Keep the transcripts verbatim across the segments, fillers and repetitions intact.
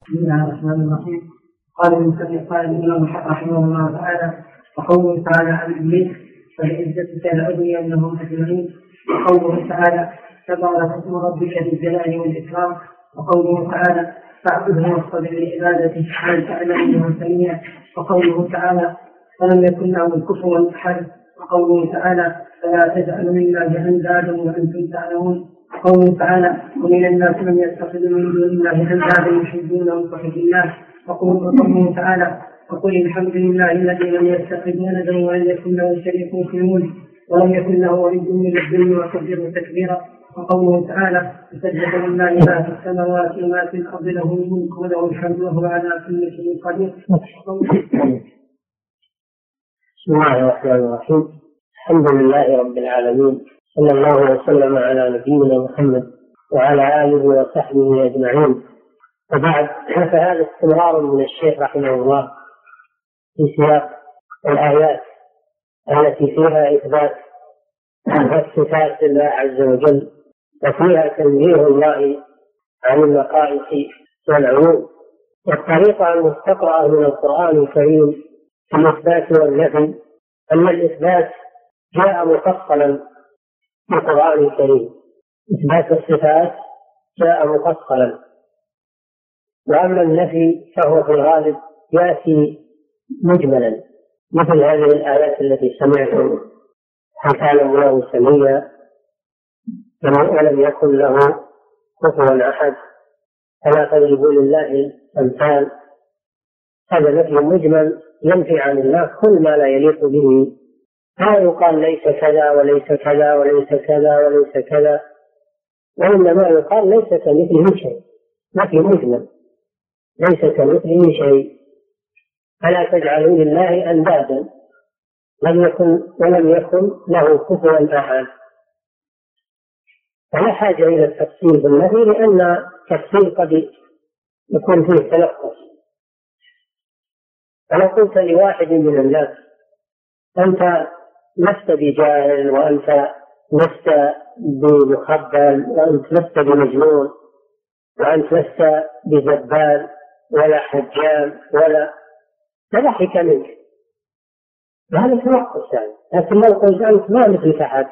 بسم الله الرحمن الرحيم. قال المصنف قال الإمام رحمه الله تعالى: وقوله تعالى عن إبليس: فلعزتك لأغوينهم أجمعين. وقوله تعالى: تبارك اسم ربك ذي الجلال والإكرام. وقوله تعالى: فاعبده واصطبر لعبادته هل تعلم انه سميع. وقوله تعالى: فلم يكن له الكفر احد. وقوله تعالى: فلا تجعلوا لله اندادا وانتم تعلمون. وقوله تعالى: ومن الناس من يتخذ من دون الله اندادا يحبونهم كحب الله. وقوله تعالى: وقل الحمد لله الذي لم يتخذ ولدا ولم يكن له شريك في الملك ولم يكن له ولي من الذل وكبره تكبيرا. وقوله تعالى: يسبح لله ما في السماوات وما في الارض له الملك وله الحمد وهو على كل شيء قدير. بسم الله الرحمن الرحيم. الحمد لله رب العالمين، صلى الله وسلم على نبينا محمد وعلى آله وصحبه أجمعين. وبعد، فهذا استمرار من الشيخ رحمه الله في سياق الآيات التي فيها إثبات الصفات لله عز وجل، وفيها تنزيه الله عن النقائص والعيوب. والطريقة المستقرأة من القرآن الكريم في الإثبات والنفي أن الإثبات جاء مفصلا في القرآن الكريم، إثبات الصفات جاء مفصلا، وأما النفي فهو في الغالب يأتي مجملا، مثل هذه الآيات التي سمعتم: هل تعلم له سميا ولم يكن له كفوا أحد، فلا تضربوا لله الأمثال. هذا نفي مجمل ينفي عن الله كل ما لا يليق به، لا يقال ليس كذا وليس كذا وليس كذا وليس كذا، وإنما يقال ليس كمثله شيء، نفي مجمل، ليس كمثله شيء. فلا تجعلوا لله أندادا لم يكن ولم يكن له كفوا أحد. فلا حاجة إلى التفصيل بالنفي، لأن التفصيل قد يكون فيه تلقص. فلو قلت لواحد من الناس: أنت لست بجاهل، وأنت لست بمخبل، وأنت لست بمجنون، وأنت لست بزبال ولا حجام ولا، فضحك منك، هذا تنقص يعني. لكن لو قلت أنت ما مثلك أحد،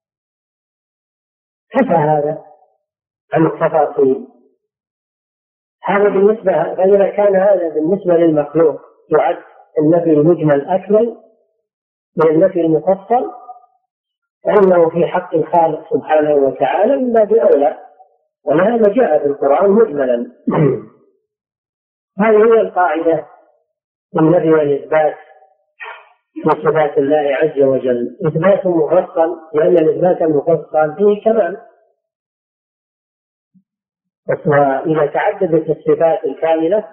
كفى هذا عن التفاصيل. هذا بالنسبة، فإذا كان هذا بالنسبة للمخلوق يعد النفي المجمل أكمل من النفي المفصل، فإنه في حق الخالق سبحانه وتعالى مما بأولى، ولهذا جاء في القرآن مجملا. هذه هي القاعدة في النفي والإثبات في صفات الله عز وجل: إثبات مفصل، لأن الإثبات المفصل فيه كمال. وإذا تعددت الصفات الكاملة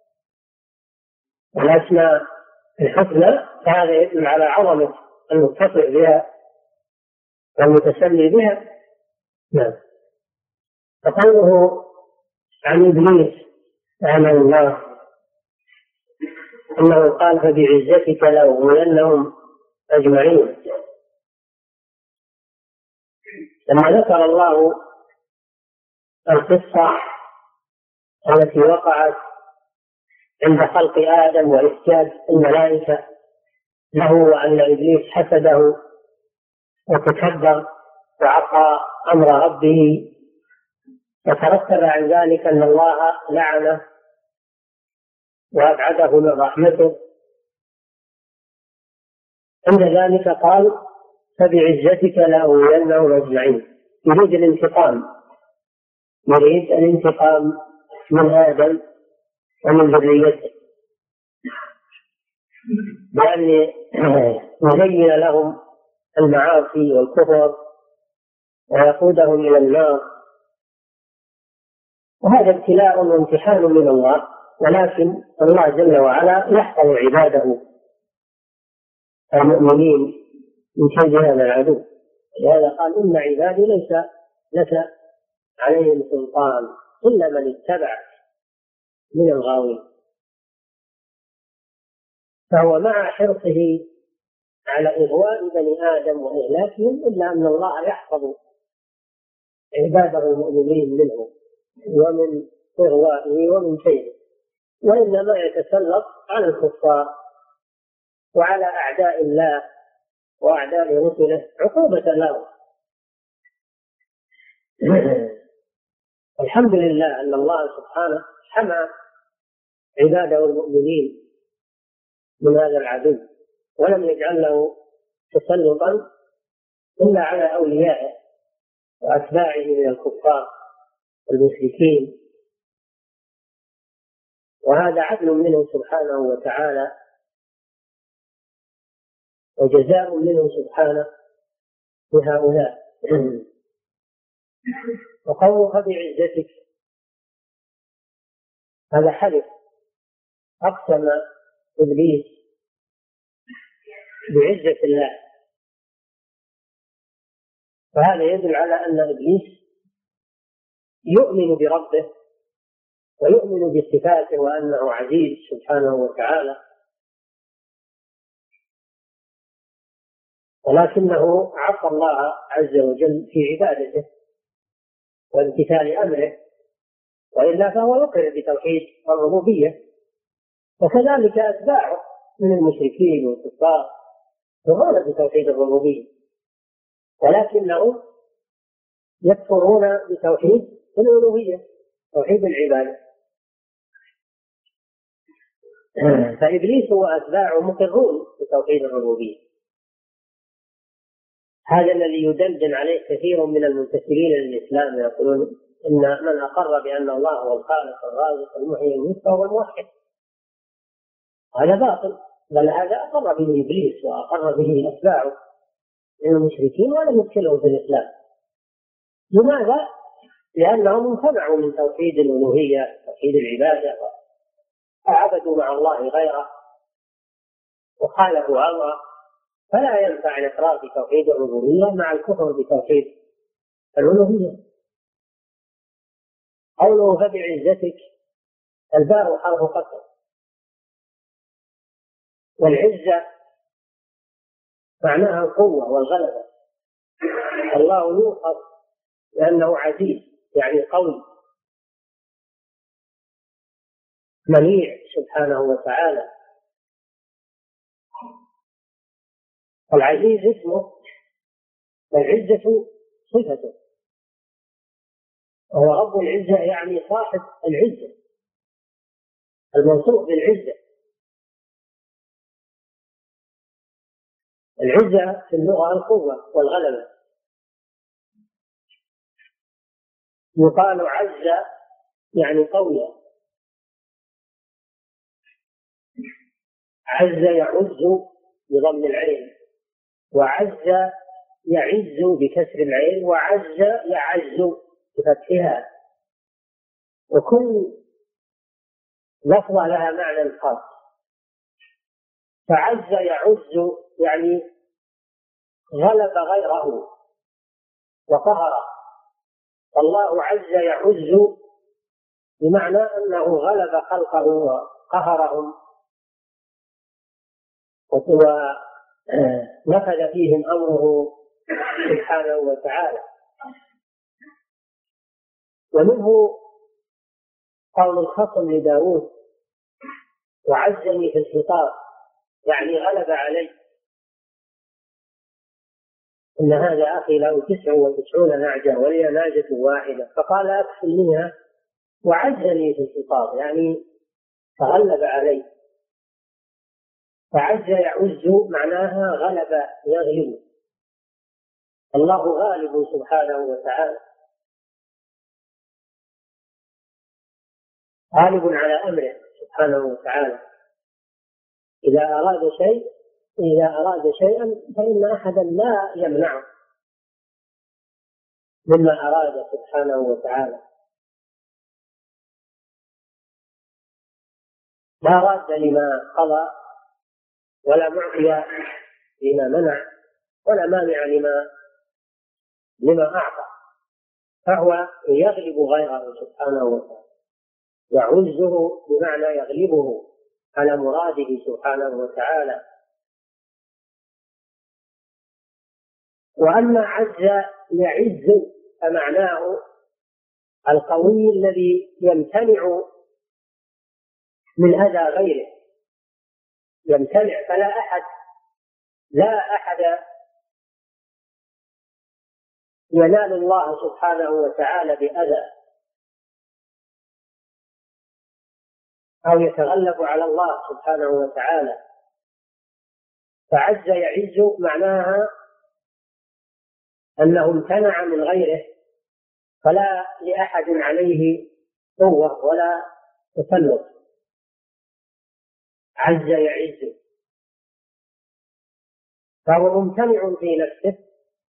والأسماء الحسنى فهذا يدل على عظمة المتصف بها والمتسمي بها. نعم. فقوله عن إبليس رحمه الله أنه قال: فبعزتك لأغوينهم أجمعين. لما ذكر الله القصة التي وقعت عند خلق آدم وإسجاد الملائكة له، وأن إبليس حسده وتكبر وعصى أمر ربه، وترتب عن ذلك أن الله لعنه وأبعده من رحمته، عند ذلك قال: فبعزتك لأغوينهم أجمعين. يريد الانتقام، يريد الانتقام من آدم ومن ذريته، بأن يزين لهم المعاصي والكفر ويقودهم إلى النار. وهذا ابتلاء وامتحان من الله، ولكن الله جل وعلا يحفظ عباده المؤمنين من شر هذا العدو. لهذا قال: إن عبادي ليس لك عليهم سلطان إلا من اتبعك من الغاوين. فهو مع حرصه على إغواء بني آدم وإهلاكهم، إلا أن الله يحفظ عباده المؤمنين منه ومن إغوائه ومن شيء. وإنما يتسلط على الكفار وعلى أعداء الله وأعداء رسله عقوبة لهم. الحمد لله أن الله سبحانه حمى عباده المؤمنين من هذا العدو، ولم يجعل له تسلطا إلا على أوليائه وأتباعه من الكفار والمشركين، وهذا عدل منه سبحانه وتعالى وجزاء منه سبحانه لهؤلاء. وقوله فبعزتك، هذا حلف، أقسم إبليس بعزة الله، فهذا يدل على أن إبليس يؤمن بربه ويؤمن بصفاته وأنه عزيز سبحانه وتعالى، ولكنه عصى الله عز وجل في عبادته وامتثال أمره، وإلا فهو يقر بتوحيد الربوبية. وكذلك أتباعه من المشركين والكفار يقرون بتوحيد الربوبية، ولكنهم يكفرون بتوحيد الألوهية، توحيد العبادة. فإبليس وأتباعه مقرون بتوحيد الربوبية. هذا الذي يدندن عليه كثير من المنتسبين للإسلام، يقولون إن من أقر بأن الله هو الخالق الرازق المحيي الميت فهو الموحد. هذا باطل، بل هذا أقر به إبليس وأقر به أتباعه من المشركين ولم يدخلهم في الإسلام. لماذا؟ لأنهم امتنعوا من توحيد الألوهية، توحيد العبادة، فعبدوا مع الله غيره وخالفوا أمره، فلا ينفع الإقرار بتوحيد الربوبية مع الكفر بتوحيد الألوهية. قوله فبعزتك، الباء حرف قسم، والعزة معناها القوة والغلبة. الله يوصف لأنه عزيز، يعني قوي منيع سبحانه وتعالى. العزيز اسمه والعزة صفته، وهو رب العزة يعني صاحب العزة الموصوف بالعزة. العزة في اللغة القوة والغلبة. يقال عز يعني قوي، عز يعز بضم العين، وعز يعز بكسر العين، وعز يعز بفتحها، وكل لفظة لها معنى خاص. فعز يعز يعني غلب غيره وقهره، الله عز يعز بمعنى أنه غلب خلقه وقهرهم ونفذ فيهم أمره سبحانه وتعالى. ومنه قول الخصم لداود وعزني في الخطاب، يعني غلب علي. إن هذا أخي له تسع وتسعون نعجة ولي ناجة واحدة، فقال أكفلنيها وعزني في الخطاب، يعني تغلب علي. فعز يعز معناها غلب يغلب، الله غالب سبحانه وتعالى، غالب على أمره سبحانه وتعالى. إذا أراد شيء إذا أراد شيئا فإن أحدا لا يمنعه مما أراد سبحانه وتعالى. لا راد لما قضى ولا معطي لما منع ولا مانع لما لما أعطى، فهو يغلب غيره سبحانه وتعالى، يعزه بمعنى يغلبه على مراده سبحانه وتعالى. وأما عز يعز فمعناه القوي الذي يمتنع من أذى غيره، يمتنع، فلا أحد لا أحد ينال الله سبحانه وتعالى بأذى أو يتغلب على الله سبحانه وتعالى. فعز يعز معناها أنه امتنع من غيره، فلا لأحد عليه قوة ولا تسلط. عز يعز، فهو ممتنع في نفسه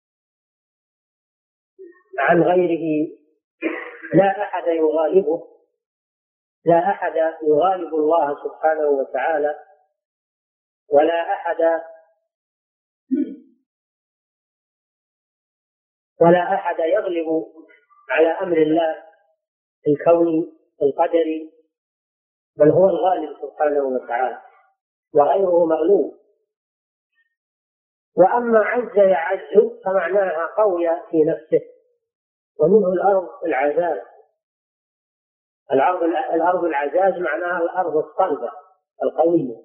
عن غيره، لا أحد يغالبه، لا أحد يغالب الله سبحانه وتعالى، ولا أحد ولا أحد يغلب على أمر الله الكوني القدري، بل هو الغالب سبحانه وتعالى وغيره مغلوب. وأما عز يعز فمعناها قوي في نفسه، ومنه الأرض العزاز. الأرض الأرض العزاز معناها الأرض الصلبة القوية،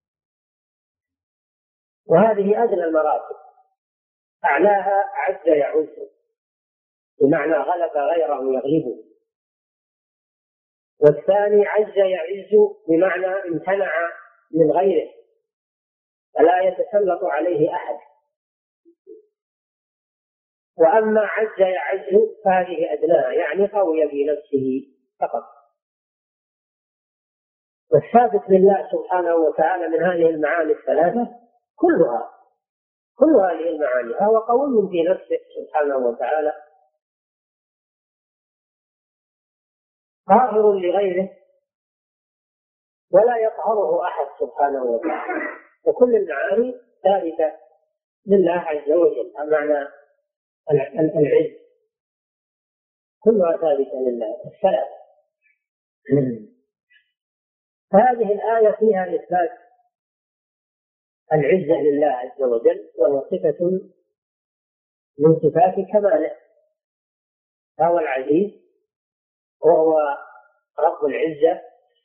وهذه أدنى المراتب. أعلاها عز يعز بمعنى غلب غيره يغلبه، والثاني عز يعز بمعنى امتنع من غيره فلا يتسلط عليه أحد. وأما عز يعز فهذه أدناها، يعني قوي في نفسه فقط. والثابت لله سبحانه وتعالى من هذه المعاني الثلاثة كلها كل هذه المعاني، فهو قوي في نفسه سبحانه وتعالى، قاهر لغيره ولا يقهره أحد سبحانه وتعالى. وكل المعاني ثابتة لله عز وجل، معنى العز كلها ثابتة لله الثلاث. هذه الآية فيها إثبات العزة لله عز وجل، وهي صفة من صفات كماله، فهو العزيز وهو رب العزة.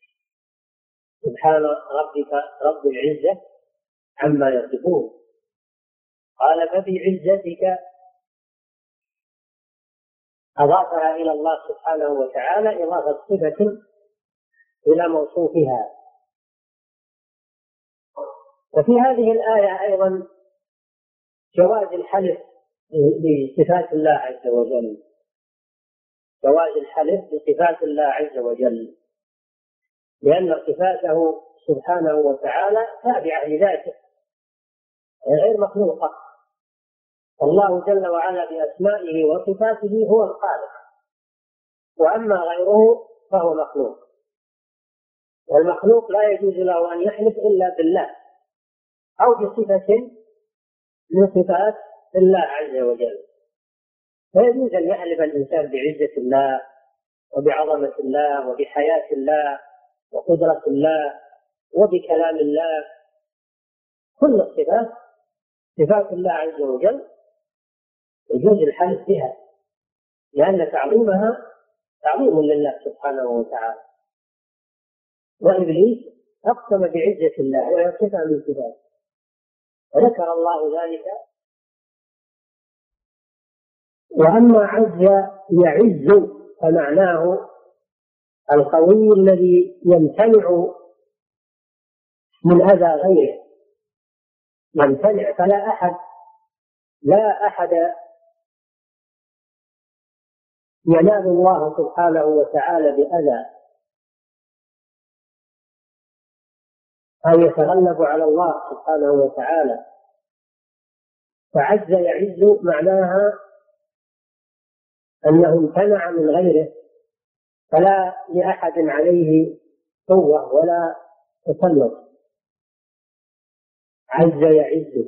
سبحان ربك رب العزة عما يصفون. قال فبعزتك، أضافها إلى الله سبحانه وتعالى إضافة صفة إلى موصوفها. وفي هذه الآية أيضا جواز الحلف بصفات الله عز وجل، جواز الحلف بصفات الله عز وجل، لأن صفاته سبحانه وتعالى تابعة لذاته غير مخلوقة. الله جل وعلا بأسمائه وصفاته هو الخالق، وأما غيره فهو مخلوق، والمخلوق لا يجوز له أن يحلف إلا بالله أو بصفة من صفات الله عز وجل. فيجوز أن يحلف الإنسان بعزة الله وبعظمة الله وبحياة الله وقدرة الله وبكلام الله، كل الصفات صفات الله عز وجل يجوز الحلف بها، لأن تعظيمها تعظيم لله سبحانه وتعالى. وإبليس أقسم بعزة الله وهي صفة من صفاته، وذكر الله ذلك. وأما عز يعز فمعناه القوي الذي يمتنع من أذى غيره، يمتنع، فلا أحد لا أحد ينال الله سبحانه وتعالى بأذى أو يتغلب على الله سبحانه وتعالى. فعز يعز معناها أنه امتنع من غيره فلا لأحد عليه قوة ولا تسلط. عز يعز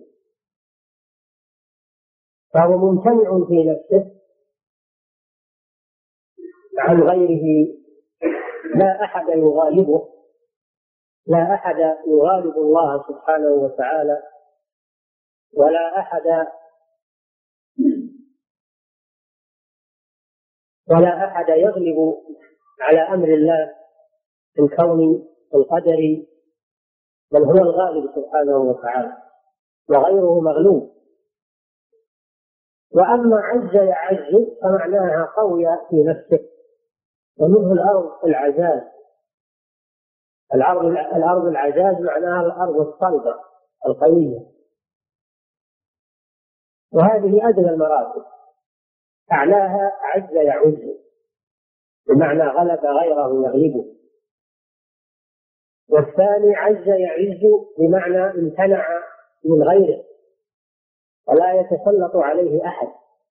فهو ممتنع في نفسه عن غيره، لا أحد يغالبه، لا أحد يغالب الله سبحانه وتعالى، ولا أحد ولا أحد يغلب على أمر الله الكوني القدري، بل هو الغالب سبحانه وتعالى وغيره مغلوب. وأما عز يعز فمعناها قوي في نفسه، ومنه الأرض العزاز. الأرض الأرض العزاز معناها الأرض الصلبة القوية، وهذه أدنى المراتب. أعلاها عز يعز بمعنى غلب غيره يغلبه، والثاني عز يعز بمعنى امتنع من غيره ولا يتسلط عليه أحد.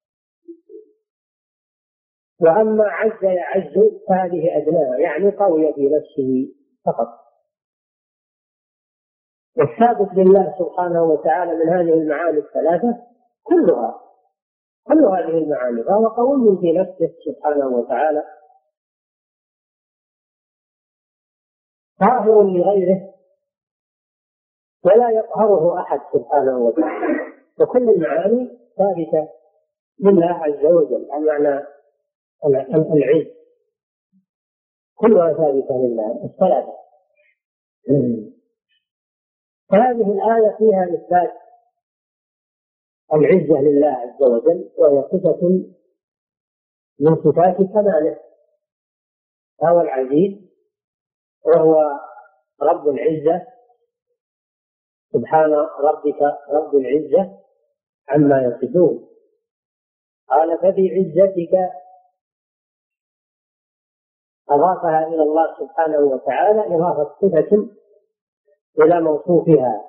وأما عز يعز فهذه أدناها، يعني قوي في نفسه فقط. والثابت لله سبحانه وتعالى من هذه المعاني الثلاثة كلها كل هذه المعاني، فهو قوي في نفسه سبحانه وتعالى، قاهر لغيره ولا يقهره أحد سبحانه وتعالى. وكل المعاني ثابتة لله عز وجل، المعنى العز كلها ثابتة لله الثلاثة. فهذه الآية فيها إثبات العزة لله عز وجل، وهي صفة من صفات كماله، فهو العزيز وهو رب العزة. سبحان ربك رب العزة عما يصفون. قال فبعزتك أضافها إلى الله سبحانه وتعالى إضافة صفة إلى موصوفها.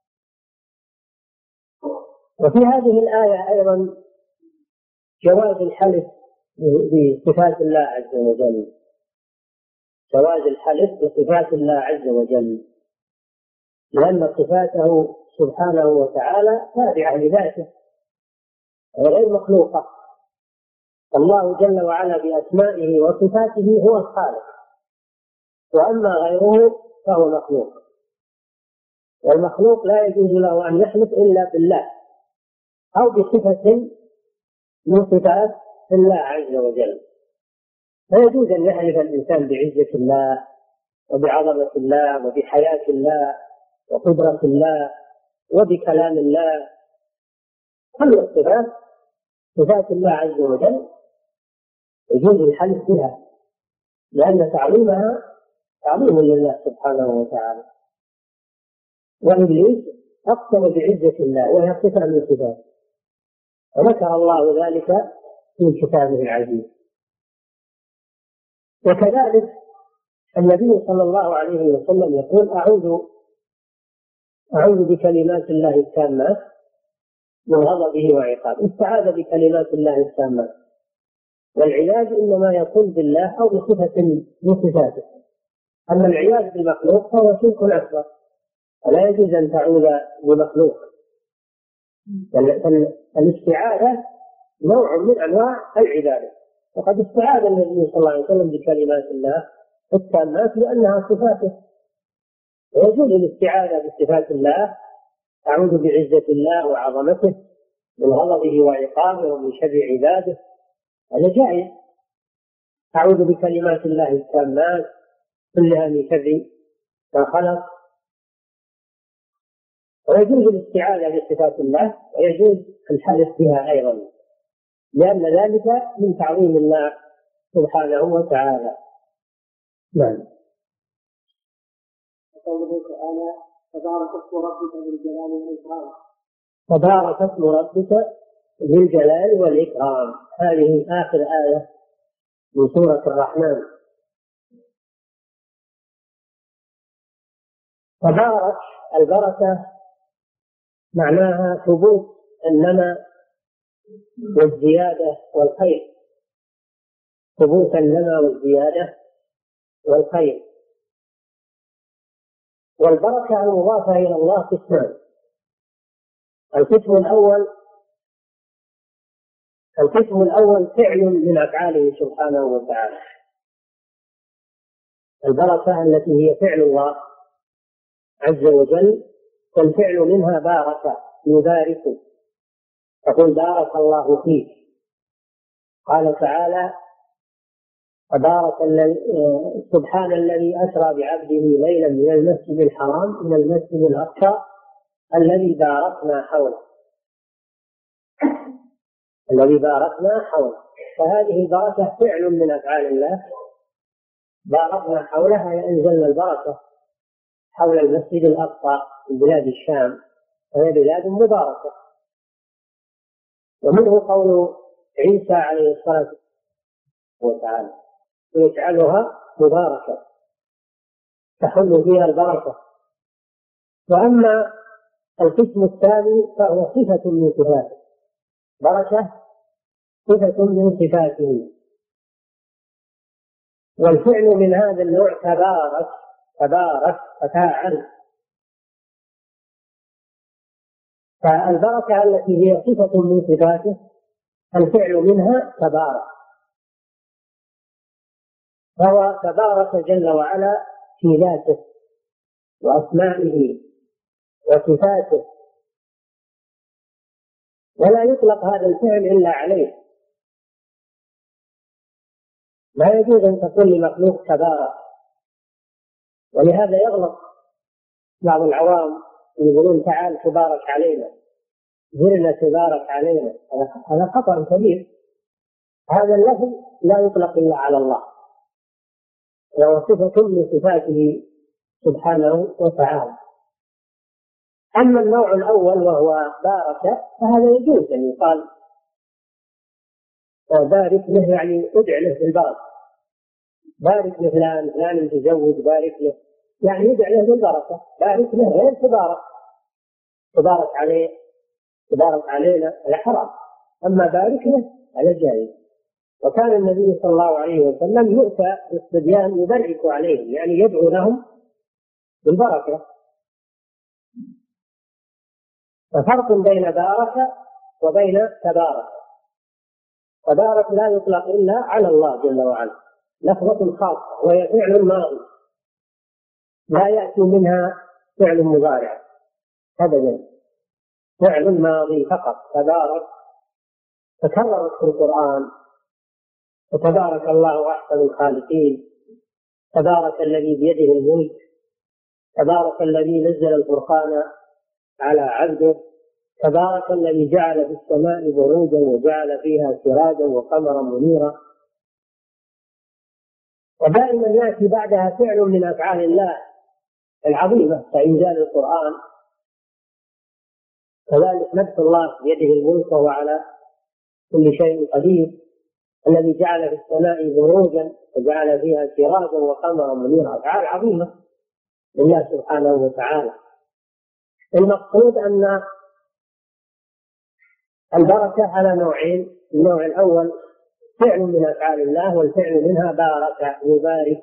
وفي هذه الآية أيضا جواز الحلف بصفات الله عز وجل، جواز الحلف بصفات الله عز وجل، لأن صفاته سبحانه وتعالى تابعة لذاته غير مخلوقة. الله جل وعلا بأسمائه وصفاته هو الخالق، وأما غيره فهو مخلوق، والمخلوق لا يجوز له أن يحلف إلا بالله أو بصفة من صفات الله عز وجل. لا يجوز أن يحلف الإنسان بعزة الله وبعظمة الله وبحياة الله وقدرة الله وبكلام الله. كل الصفات صفات الله عز وجل يجوز الحلف بها، لأن تعظيمها تعظيم لله سبحانه وتعالى. وإبليس أقسم بعزة الله وهي صفة من صفاته، وذكر الله ذلك في كتابه العزيز. وكذلك النبي صلى الله عليه وسلم يقول أعوذ أعوذ بكلمات الله التامات من غضبه وعقابه. استعاذ بكلمات الله التامات، والعياذ إنما يكون بالله أو بصفة من صفاته. أما العياذ بالمخلوق فهو شرك أكبر، ولا يجوز أن تعوذ بمخلوق. الاستعاذة نوع من أنواع العبادة، وقد استعاذ النبي صلى الله عليه وسلم بكلمات الله التامات لأنها صفاته، ويجوز الاستعاذة بصفات الله. أعوذ بعزة الله وعظمته من غضبه وعقابه ومن شر عباده، هذا جائز. أعوذ بكلمات الله التامات كلها من شر ما خلق. ويجوز الاستعاذة بصفات الله، ويجوز الحلف بها أيضا، لأن ذلك من تعظيم الله سبحانه وتعالى. نعم. قوله تعالى تبارك اسم ربك ذي الجلال والإكرام. تبارك اسم ربك ذي الجلال والإكرام، هذه آخر آية من سورة الرحمن. تبارك البركة معناها ثبوت النمى والزيادة والخير، ثبوت النمى والزيادة والخير. والبركة المضافة إلى الله قسمان. القسم الأول القسم الأول فعل من أفعاله سبحانه وتعالى، البركة التي هي فعل الله عز وجل، والفعل منها بارك يبارك، تقول بارك الله فيك. قال تعالى تبارك الذي سبحان الذي أسرى بعبده ليلا من المسجد الحرام إلى المسجد الأقصى الذي باركنا حوله الذي باركنا حوله. فهذه البركة فعل من أفعال الله، باركنا حولها أنزلنا البركة حول المسجد الأقصى في بلاد الشام، وهي بلاد مباركة. ومنه قول عيسى عليه الصلاة والسلام ويجعلها مباركة تحل فيها البركة. وأما القسم الثاني فهو صفة من صفاته، بركة صفة من صفاته، والفعل من هذا النوع تبارك تبارك فتاعل. فالبركة التي هي صفة من صفاته الفعل منها تبارك، فهو تبارك جل وعلا في ذاته وأسمائه وصفاته، ولا يطلق هذا الفعل إلا عليه. لا يجوز أن تقول لمخلوق تبارك، ولهذا يغلط بعض العوام يقولون تعال تبارك علينا، زرنا تبارك علينا، هذا خطأ كبير. هذا اللفظ لا يطلق إلا على الله، وهو صفة من صفاته سبحانه وتعالى. أما النوع الأول وهو بارك فهذا يجوز أن يقال بارك له، يعني ادع له بالبركة، بارك لفلان فلان تزوج بارك له، يعني يدع له بالبركة. بارك له غير تبارك، تبارك عليه تبارك علينا هذا حرام، أما بارك له هذا جائز. وكان النبي صلى الله عليه وسلم يؤتى بالصبيان يبارك عليهم، يعني يدعو لهم بالبركة. ففرق بين بارك وبين تبارك. تبارك لا يطلق إلا على الله جل وعلا، لفظة خاصة وهي فعل ماضي لا يأتي منها فعل مضارع أبدا، فعل ماضي فقط. تبارك تكررت في القرآن، وتبارك الله أحسن الخالقين، تبارك الذي بيده الملك، تبارك الذي نزل الفرقان على عبده، تبارك الذي جعل في السماء بروجا وجعل فيها سراجا وقمرا منيرا. ودائما يأتي بعدها فعل من أفعال الله العظيمة كإنزال القرآن، كذلك مدح الله بيده الملك وهو على كل شيء قدير، الذي جعل في السماء بروجا وجعل فيها سراجا وقمرا منيرا، أفعال عظيمة لله سبحانه وتعالى. المقصود أن البركة على نوعين، النوع الأول فعل من أفعال الله، والفعل منها بارك يبارك،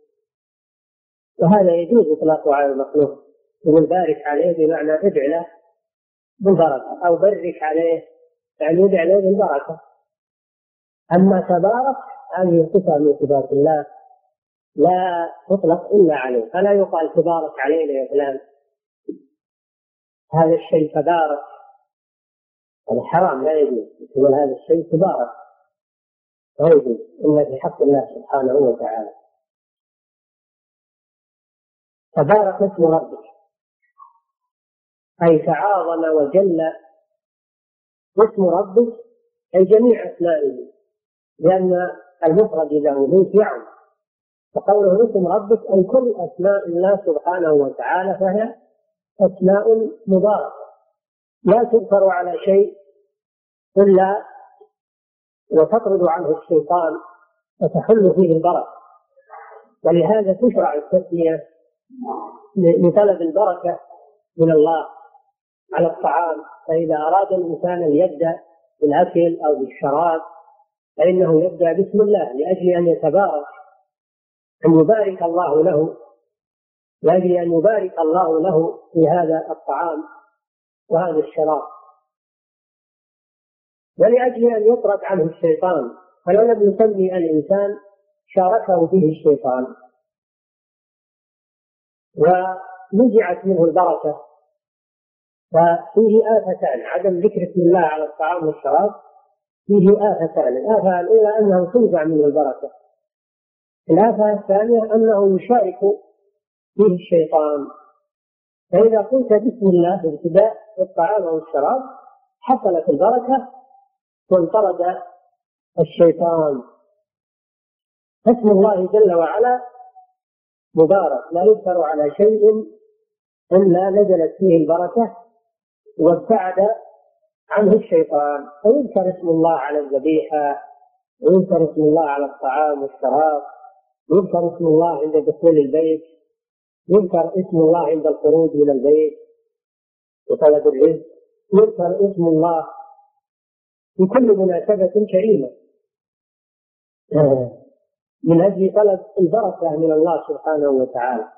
وهذا يجوز إطلاقه على المخلوق، يقول بارك عليه بمعنى ادع له بالبركة، أو بارك عليه يعني ادع له بالبركة. أما تبارك هذه صفة من صفات الله لا تطلق إلا عليه، فلا يقال تبارك علينا يا فلان هذا الشيء تبارك، هذا حرام لا يجوز يقول هذا الشيء تبارك، لا يجوز إلا في حق الله سبحانه وتعالى. تبارك اسم ربك أي تعاظم وجل اسم ربك أي جميع أسمائه، لأن المفرد له بيت يعم، فقوله اسم ربك أي كل أسماء الله سبحانه وتعالى، فهي أسماء مباركة لا تذكر على شيء إلا وتطرد عنه الشيطان وتحل فيه البركة. ولهذا تشرع التسمية لطلب البركة من الله على الطعام، فإذا أراد الإنسان أن يبدأ بالأكل أو بالشراب فإنه يبدأ بسم الله لأجل أن يتبارك، أن يبارك الله له، لأجل أن يبارك الله له في هذا الطعام وهذا الشراب، ولأجل أن يطرد عنه الشيطان. فلو لم يسمي الإنسان شاركه فيه الشيطان ونزعت منه البركة، ففيه آفتان: عدم ذكر اسم الله على الطعام والشراب فيه آفتان. الآفة الأولى أنه تنزع منه البركة، الآفة الثانية أنه يشارك فيه الشيطان، فإذا قلت بسم الله في ابتداء الطعام أو الشراب حصلت البركة وانطرد الشيطان. اسم الله جل وعلا مبارك لا يذكر على شيء إلا نزلت فيه البركة وابتعد عنه الشيطان، فيذكر اسم الله على الذبيحة، ويذكر اسم الله على الطعام والشراب، يذكر اسم الله عند دخول البيت، يذكر اسم الله عند الخروج من البيت وطلب الرزق، يذكر اسم الله في كل مناسبة كريمة من أجل طلب البركة من الله سبحانه وتعالى.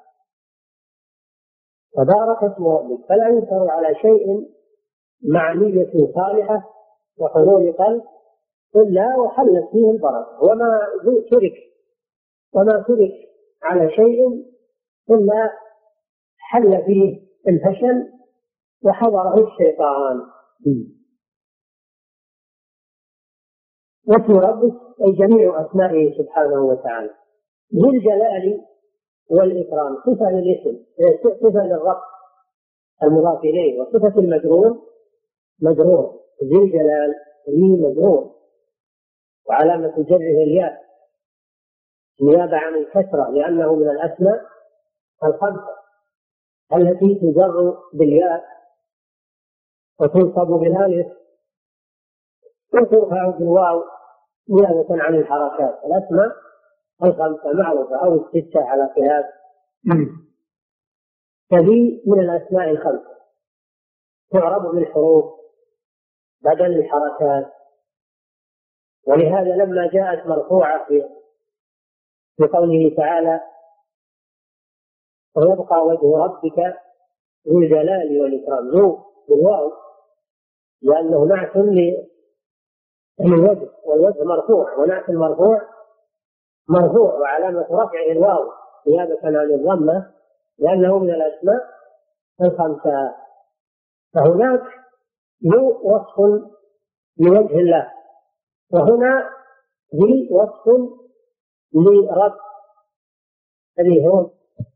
فبارك اسم ربك، فلا يذكر على شيء مع نية صالحة وحضور قلب إلا وحلت فيه البركة، وما ترك وما ترك على شيء إلا حل فيه الفشل وحضره الشيطان. واسم ربك أي جميع أسمائه سبحانه وتعالى، ذي الجلال والإكرام صفة للاسم، صفة للرب المضاف إليه، وصفة المجرور مجرور، ذي الجلال ذي مجرور وعلامة جره الياء نيابة عن الكسرة لأنه من الأسماء الخمسة التي تجر بالياء وتنصب بالالف وترفع بالواو نيابة عن الحركات. الأسماء الخمسة معروفة أو الستة على خلاف، فهي من الأسماء الخمسة تعرب بالحروف بدل الحركات. ولهذا لما جاءت مرفوعة في في قوله تعالى ويبقى وجه ربك ذو الجلال والإكرام، ذو بالواو لأنه نعت للوجه، والوجه مرفوع ونعت المرفوع مرفوع وعلامة رفعه الواو نيابة عن الضمة لأنه من الأسماء الخمسة. فهناك ذو وصف لوجه الله، وهنا ذي وصف لرب الذي هو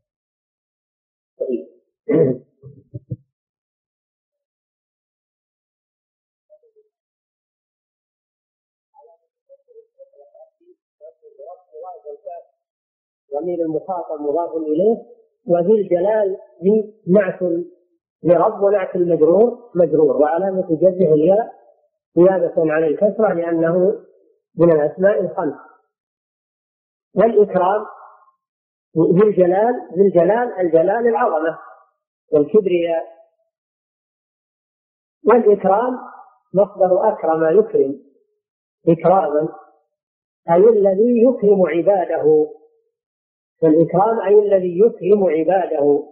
ضمير المخاطب مضاف إليه، وذي الجلال ذي نعت لرب ونعت المجرور مجرور وعلامة جره الياء نيابة عن الكسرة لأنه من الأسماء الخمس. والإكرام ذي الجلال ذي الجلال الجلال العظمة والكبرياء، والإكرام مصدر أكرم يكرم إكراما أي الذي يكرم عباده، والإكرام أي الذي يكرم عباده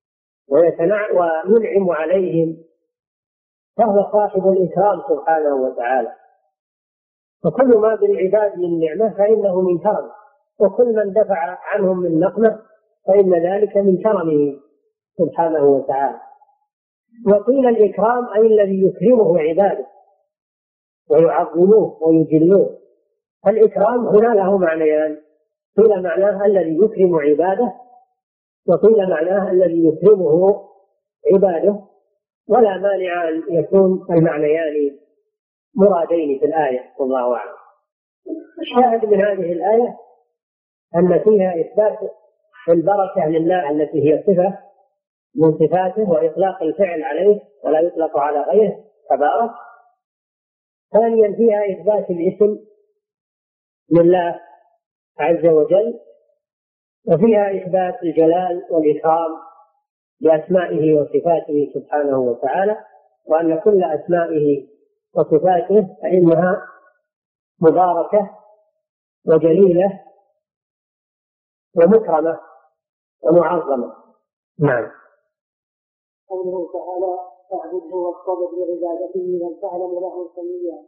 وينعم عليهم، فهو صاحب الإكرام سبحانه وتعالى. وكل ما بالعباد من نعمة فإنه من كرمه، وكل من دفع عنهم من نقمة فإن ذلك من كرمه سبحانه وتعالى. وقيل الإكرام أي الذي يكرمه عباده ويعظموه ويجلوه. الإكرام هنا له معنيان، قيل معناه الذي يكرم عباده، وقيل معناه الذي يكرمه عباده، ولا مانع أن يكون المعنيان مرادين في الآية والله أعلم. الشاهد من هذه الآية أن فيها إثبات البركة لله التي هي صفة من صفاته وإطلاق الفعل عليه ولا يطلق على غيره تبارك. ثانيا فيها إثبات الاسم لله عز وجل، وفيها إثبات الجلال والإكرام بأسمائه وصفاته سبحانه وتعالى، وأن كل أسمائه وصفاته فإنها مباركة وجليلة ومكرمة ومعظمة. نعم. قوله تعالى فاعبده واصطبر بعبادته من تعلم له سميا.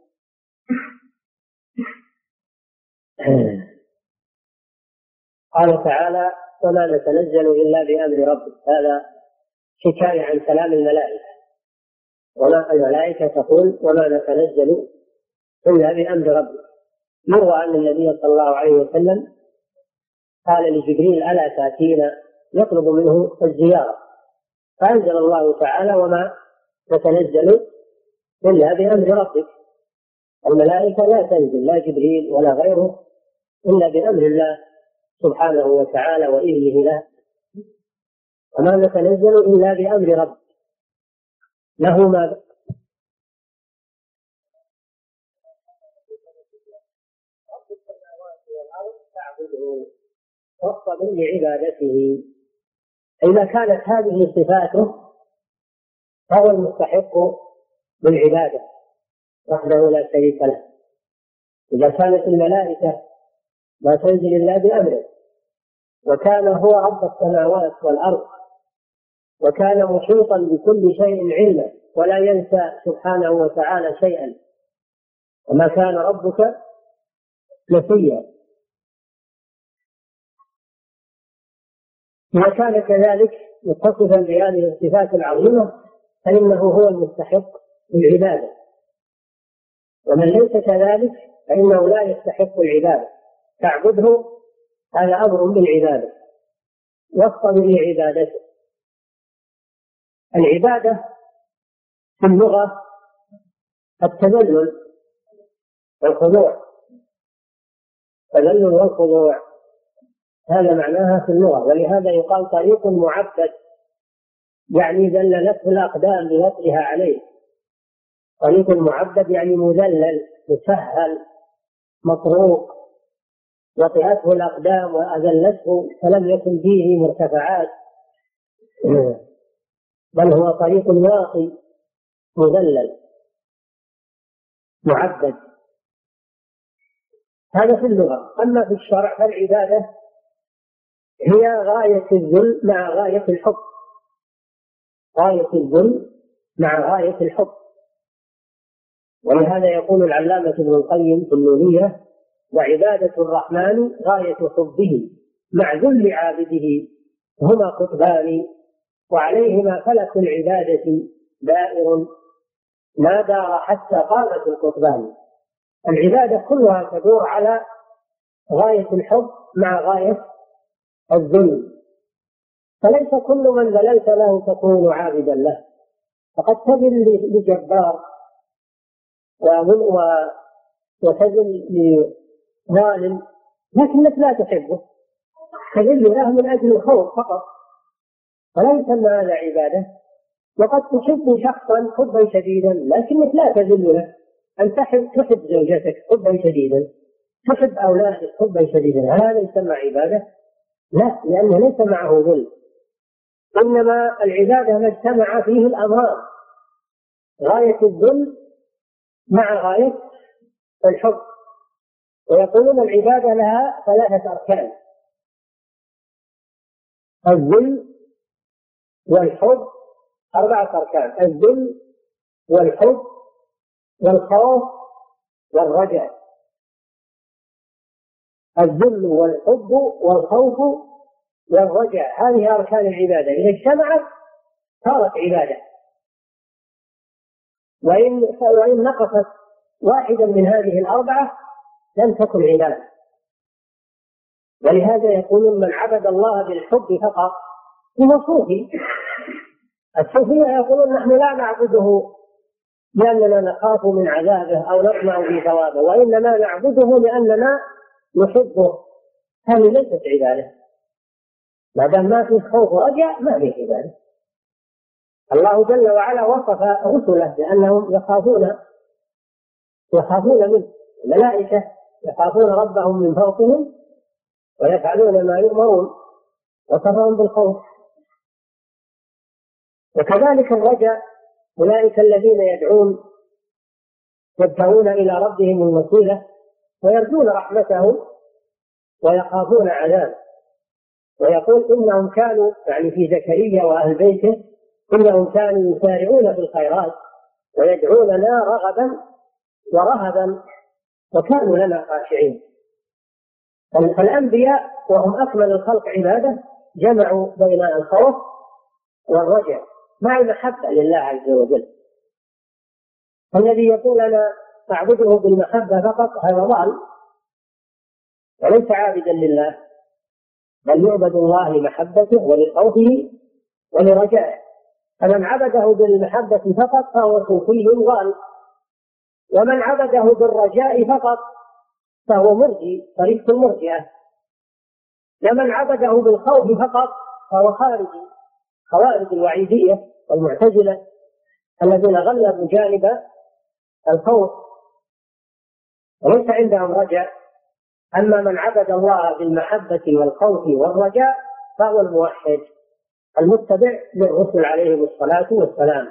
قال تعالى ولا نتنزل إلا بأمر ربك، هذا حكاية عن كلام الملائكة، وما الملائكة تقول وما نتنزل إلا بأمر ربك. يروى أن النبي صلى الله عليه وسلم قال لجبريل ألا تأتينا يطلب منه الزيارة، فأنزل الله تعالى وما تتنزل إلا بأمر ربك. الملائكة لا تنزل لا جبريل ولا غيره إلا بأمر الله سبحانه وتعالى وإذنه له، وما نتنزل إلا بأمر ربك له ما تعبده واصطبر لعبادته. إذا كانت هذه صفاته فهو المستحق بالعبادة وحده لا شريك له. إذا كانت الملائكة لا تنزل إلا بأمره، وكان هو رب السماوات والأرض، وكان محيطا بكل شيء علما ولا ينسى سبحانه وتعالى شيئا، وما كان ربك نسيا. إذا كان كذلك متصفا بهذه الصفات العظيمة فإنه هو المستحق للعبادة، ومن ليس كذلك فإنه لا يستحق العبادة. تعبده هذا أمر بالعبادة، واصطبر لعبادته. العبادة في اللغة التذلل والخضوع، التذلل والخضوع هذا معناها في اللغة، ولهذا يقال طريق معبد، يعني ذللته الأقدام بوطئها عليه. طريق معبد يعني مذلل مسهل مطروق، وطئته الأقدام وأذلته فلم يكن فيه مرتفعات، بل هو طريق واطي مذلل معبد. هذا في اللغة. أما في الشرع فالعبادة هي غاية الذل مع غاية الحب، غاية الذل مع غاية الحب. ولهذا يقول العلامة ابن القيم في النونية: وعبادة الرحمن غاية حبه مع ذل عابده هما قطبان، وعليهما فلك العبادة دائر ما دار حتى قامت القطبان. العبادة كلها تدور على غاية الحب مع غاية الذل، فليس كل من ذللت له تكون عابدا له، فقد تذل لجبار وتذل لظالم لكنك لا تحبه، تذل له من أجل الخوف فقط، فلا يسمى هذا عبادة. وقد تحب شخصا حبا شديدا لكنك لا تذل له، أن تحب تحب زوجتك حبا شديدا، تحب أولادك حبا شديدا، هذا يسمى عبادة؟ لا، لأنه ليس معه ذل. إنما العبادة ما اجتمع فيه الأمران، غاية الذل مع غاية الحب. ويقولون العبادة لها ثلاثة أركان: الذل والحب، أربعة أركان: الذل والحب والخوف والرجاء. الذل والحب والخوف والرجاء، هذه أركان العبادة، إذا اجتمعت صارت عبادة. وإن وإن نقصت واحدا من هذه الأربعة لم تكن عبادة. ولهذا يقولون من عبد الله بالحب فقط هو صوفي. الصوفية يقولون نحن لا نعبده لأننا نخاف من عذابه أو نطمع في ثوابه، وإنما نعبده لأننا نحبه. هذه ليست عبادة، ما دام ما في خوف ورجاء ما في عبادة. الله جل وعلا وصف رسله بأنهم يخافون يخافون منه، الملائكة يخافون ربهم من فوقهم ويفعلون ما يؤمرون، وصفهم بالخوف. وكذلك الرجاء، أولئك الذين يدعون يبتغون إلى ربهم الوسيلة ويرجون رحمته ويخافون عذابه. ويقول إنهم كانوا، يعني في زكريا وأهل بيته، إنهم كانوا يسارعون في الخيرات ويدعوننا رغبا ورهبا وكانوا لنا خاشعين. فالأنبياء وهم أكمل الخلق عبادة جمعوا بين الخوف والرجاء مع المحبة لله عز وجل. الذي يقول أنا أعبده بالمحبة فقط هذا ضال وليس عابدا لله، بل يعبد الله لمحبته ولخوفه ولرجائه. فمن عبده بالمحبة فقط فهو صوفي ضال، ومن عبده بالرجاء فقط فهو مرجي طريق المرجئة، ومن عبده بالخوف فقط فهو خارجي خوارج الوعيدية والمعتزلة الذين غلبوا جانب الخوف وليس عندهم رجاء. أما من عبد الله بالمحبة والخوف والرجاء فهو الموحد المتبع للرسل عليهم الصلاة والسلام.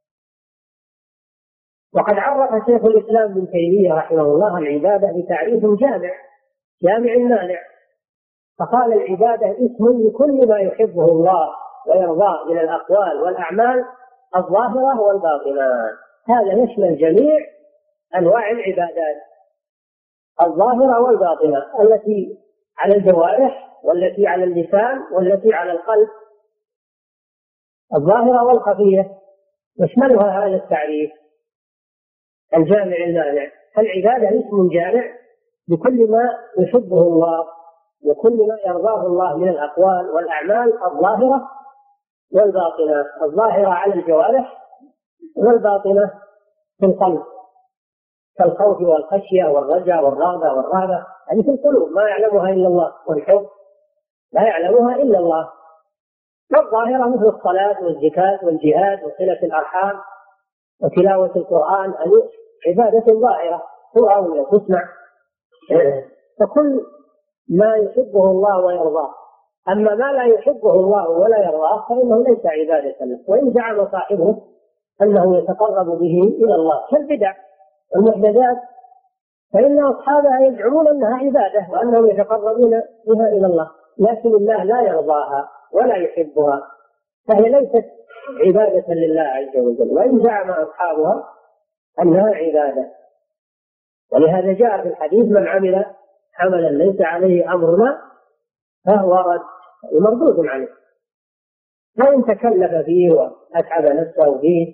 وقد عرف شيخ الإسلام ابن تيمية رحمه الله العبادة بتعريف جامع جامع مانع، فقال العبادة اسم لكل ما يحبه الله ويرضاه من الأقوال والأعمال الظاهرة والباطنة. هذا يشمل جميع أنواع العبادات الظاهرة والباطنة التي على الجوارح والتي على اللسان والتي على القلب، الظاهرة والخفية يشملها هذا التعريف الجامع المانع. العبادة اسم جامع لكل ما يحبه الله وكل ما يرضاه الله من الأقوال والأعمال الظاهرة والباطنة، الظاهرة على الجوارح والباطنة في القلب كالخوف والخشية والرجاء والرغبة والرهبة، هذه في القلوب ما يعلمها إلا الله، والحب لا يعلمها إلا الله. والظاهرة مثل الصلاة والزكاة والجهاد وصلة الأرحام وتلاوة القرآن، هذه عبادة ظاهرة ترى ولا تسمع، فكل ما يحبه الله ويرضاه. أما ما لا يحبه الله ولا يرضاه فإنه ليس عبادة له، وإن زعم صاحبه أنه يتقرب به إلى الله كالبدع والمحدثات فإن أصحابها يزعمون أنها عبادة وأنهم يتقربون بها إلى الله، لكن الله لا يرضاها ولا يحبها، فهي ليست عبادة لله عز وجل، وإن زعم أصحابها أنها عبادة. ولهذا جاء في الحديث من عمل عملا ليس عليه أمرنا فهو رد ومردود عليه، وإن تكلف فيه وأتعب نفسه فيه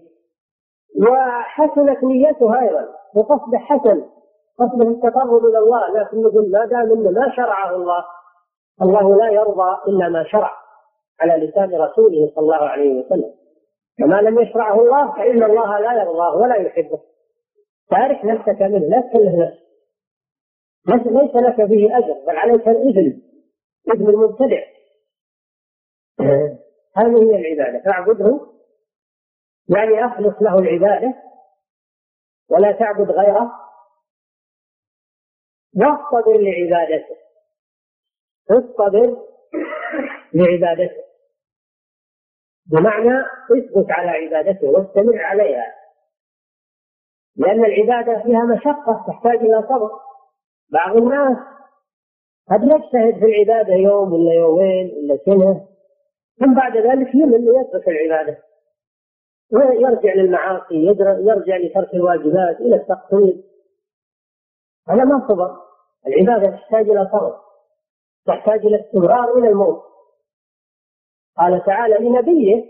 وحسنت نيته أيضا بقصد حسن قصد التقرب إلى الله، لكن نقول ما دام إنه ما شرعه الله، الله لا يرضى إلا ما شرع على لسان رسوله صلى الله عليه وسلم، وما لم يشرعه الله فإن الله لا يرضاه ولا يحبه. تعرف نفسك منه، لا تكلف نفسك، ليس لك فيه أجر بل عليك الإذن، إذن المبتدع. هذه هي العبادة، فاعبده يعني أخلص له العبادة ولا تعبد غيره، واصطبر لعبادته، اصطبر لعبادته بمعنى اثبت على عبادته واستمر عليها، لأن العبادة فيها مشقة تحتاج إلى صبر. بعض الناس قد يجتهد في العبادة يوم ولا يومين ولا سنة، ثم بعد ذلك يمل ويترك العبادة ويرجع للمعاصي، يرجع لترك الواجبات إلى التقصير، هذا ما صبر. العبادة تحتاج إلى صبر، تحتاج إلى استمرار إلى الموت. قال تعالى لنبيه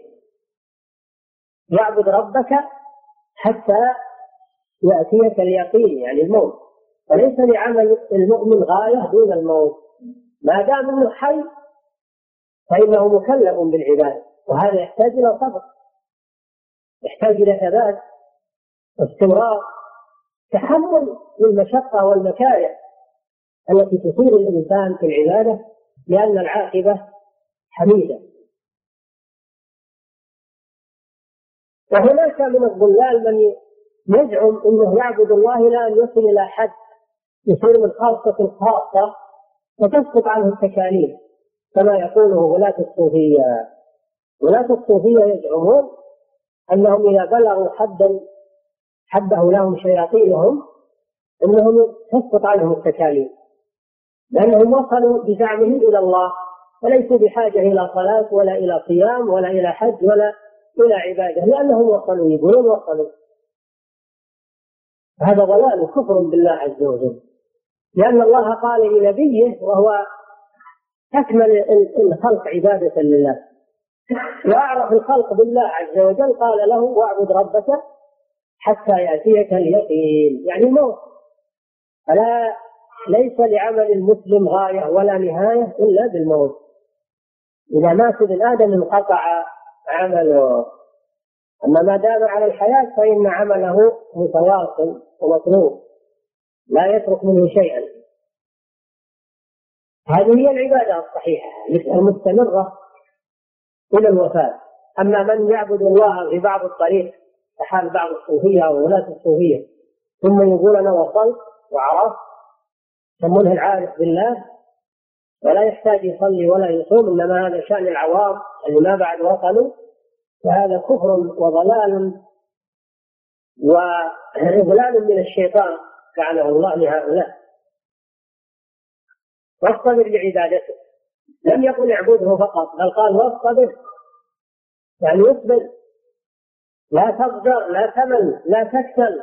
يعبد ربك حتى يأتيك اليقين، يعني الموت، وليس لعمل المؤمن غاية دون الموت، ما دام انه حي فإنه مكلف بالعبادة، وهذا يحتاج إلى صبر، يحتاج إلى ثبات واستمرار، تحمل للمشقة والمكاره التي تصير الإنسان في العبادة، لأن العاقبة حميدة. وهناك من الضلال من يزعم أنه يعبد الله إلى أن يصل إلى حد يصير من خاصة الخاصة وتسقط عنه التكاليف، كما يقوله ولاة الصوفية. ولاة الصوفية يزعمون أنهم إذا بلغوا حدا حده لهم شياطينهم أنهم تسقط عنهم التكاليف، لأنهم وصلوا بزعمهم إلى الله وليسوا بحاجة إلى صلاة ولا إلى صيام ولا إلى حج ولا إلى عبادة، لأنهم وصلوا، يقولون وصلوا. هذا ضلال وكفر بالله عز وجل، لأن الله قال لنبيه وهو أكمل الخلق عبادة لله وأعرف الخلق بالله عز وجل، قال له واعبد ربك حتى يأتيك اليقين، يعني الموت. فلا ليس لعمل المسلم غاية ولا نهاية إلا بالموت، إذا مات ابن آدم انقطع عمله، أما ما دام على الحياة فإن عمله متواصل ومطلوب لا يترك منه شيئا. هذه هي العبادة الصحيحة المستمرة إلى الوفاة. أما من يعبد الله في بعض الطريق كحال بعض الصوفية أو ولاة الصوفية ثم يقول أنا وصلت وعرفت، يسمونه العارف بالله ولا يحتاج يصلي ولا يصوم، إنما هذا شأن العوام اللي ما بعد وصلوا، فهذا كفر وضلال وإضلال من الشيطان لعنه الله لهؤلاء. واصطبر لعبادته، لم يقل اعبده فقط بل قال واصطبر، يعني اصبر، لا تغدر لا تمل لا تكسل،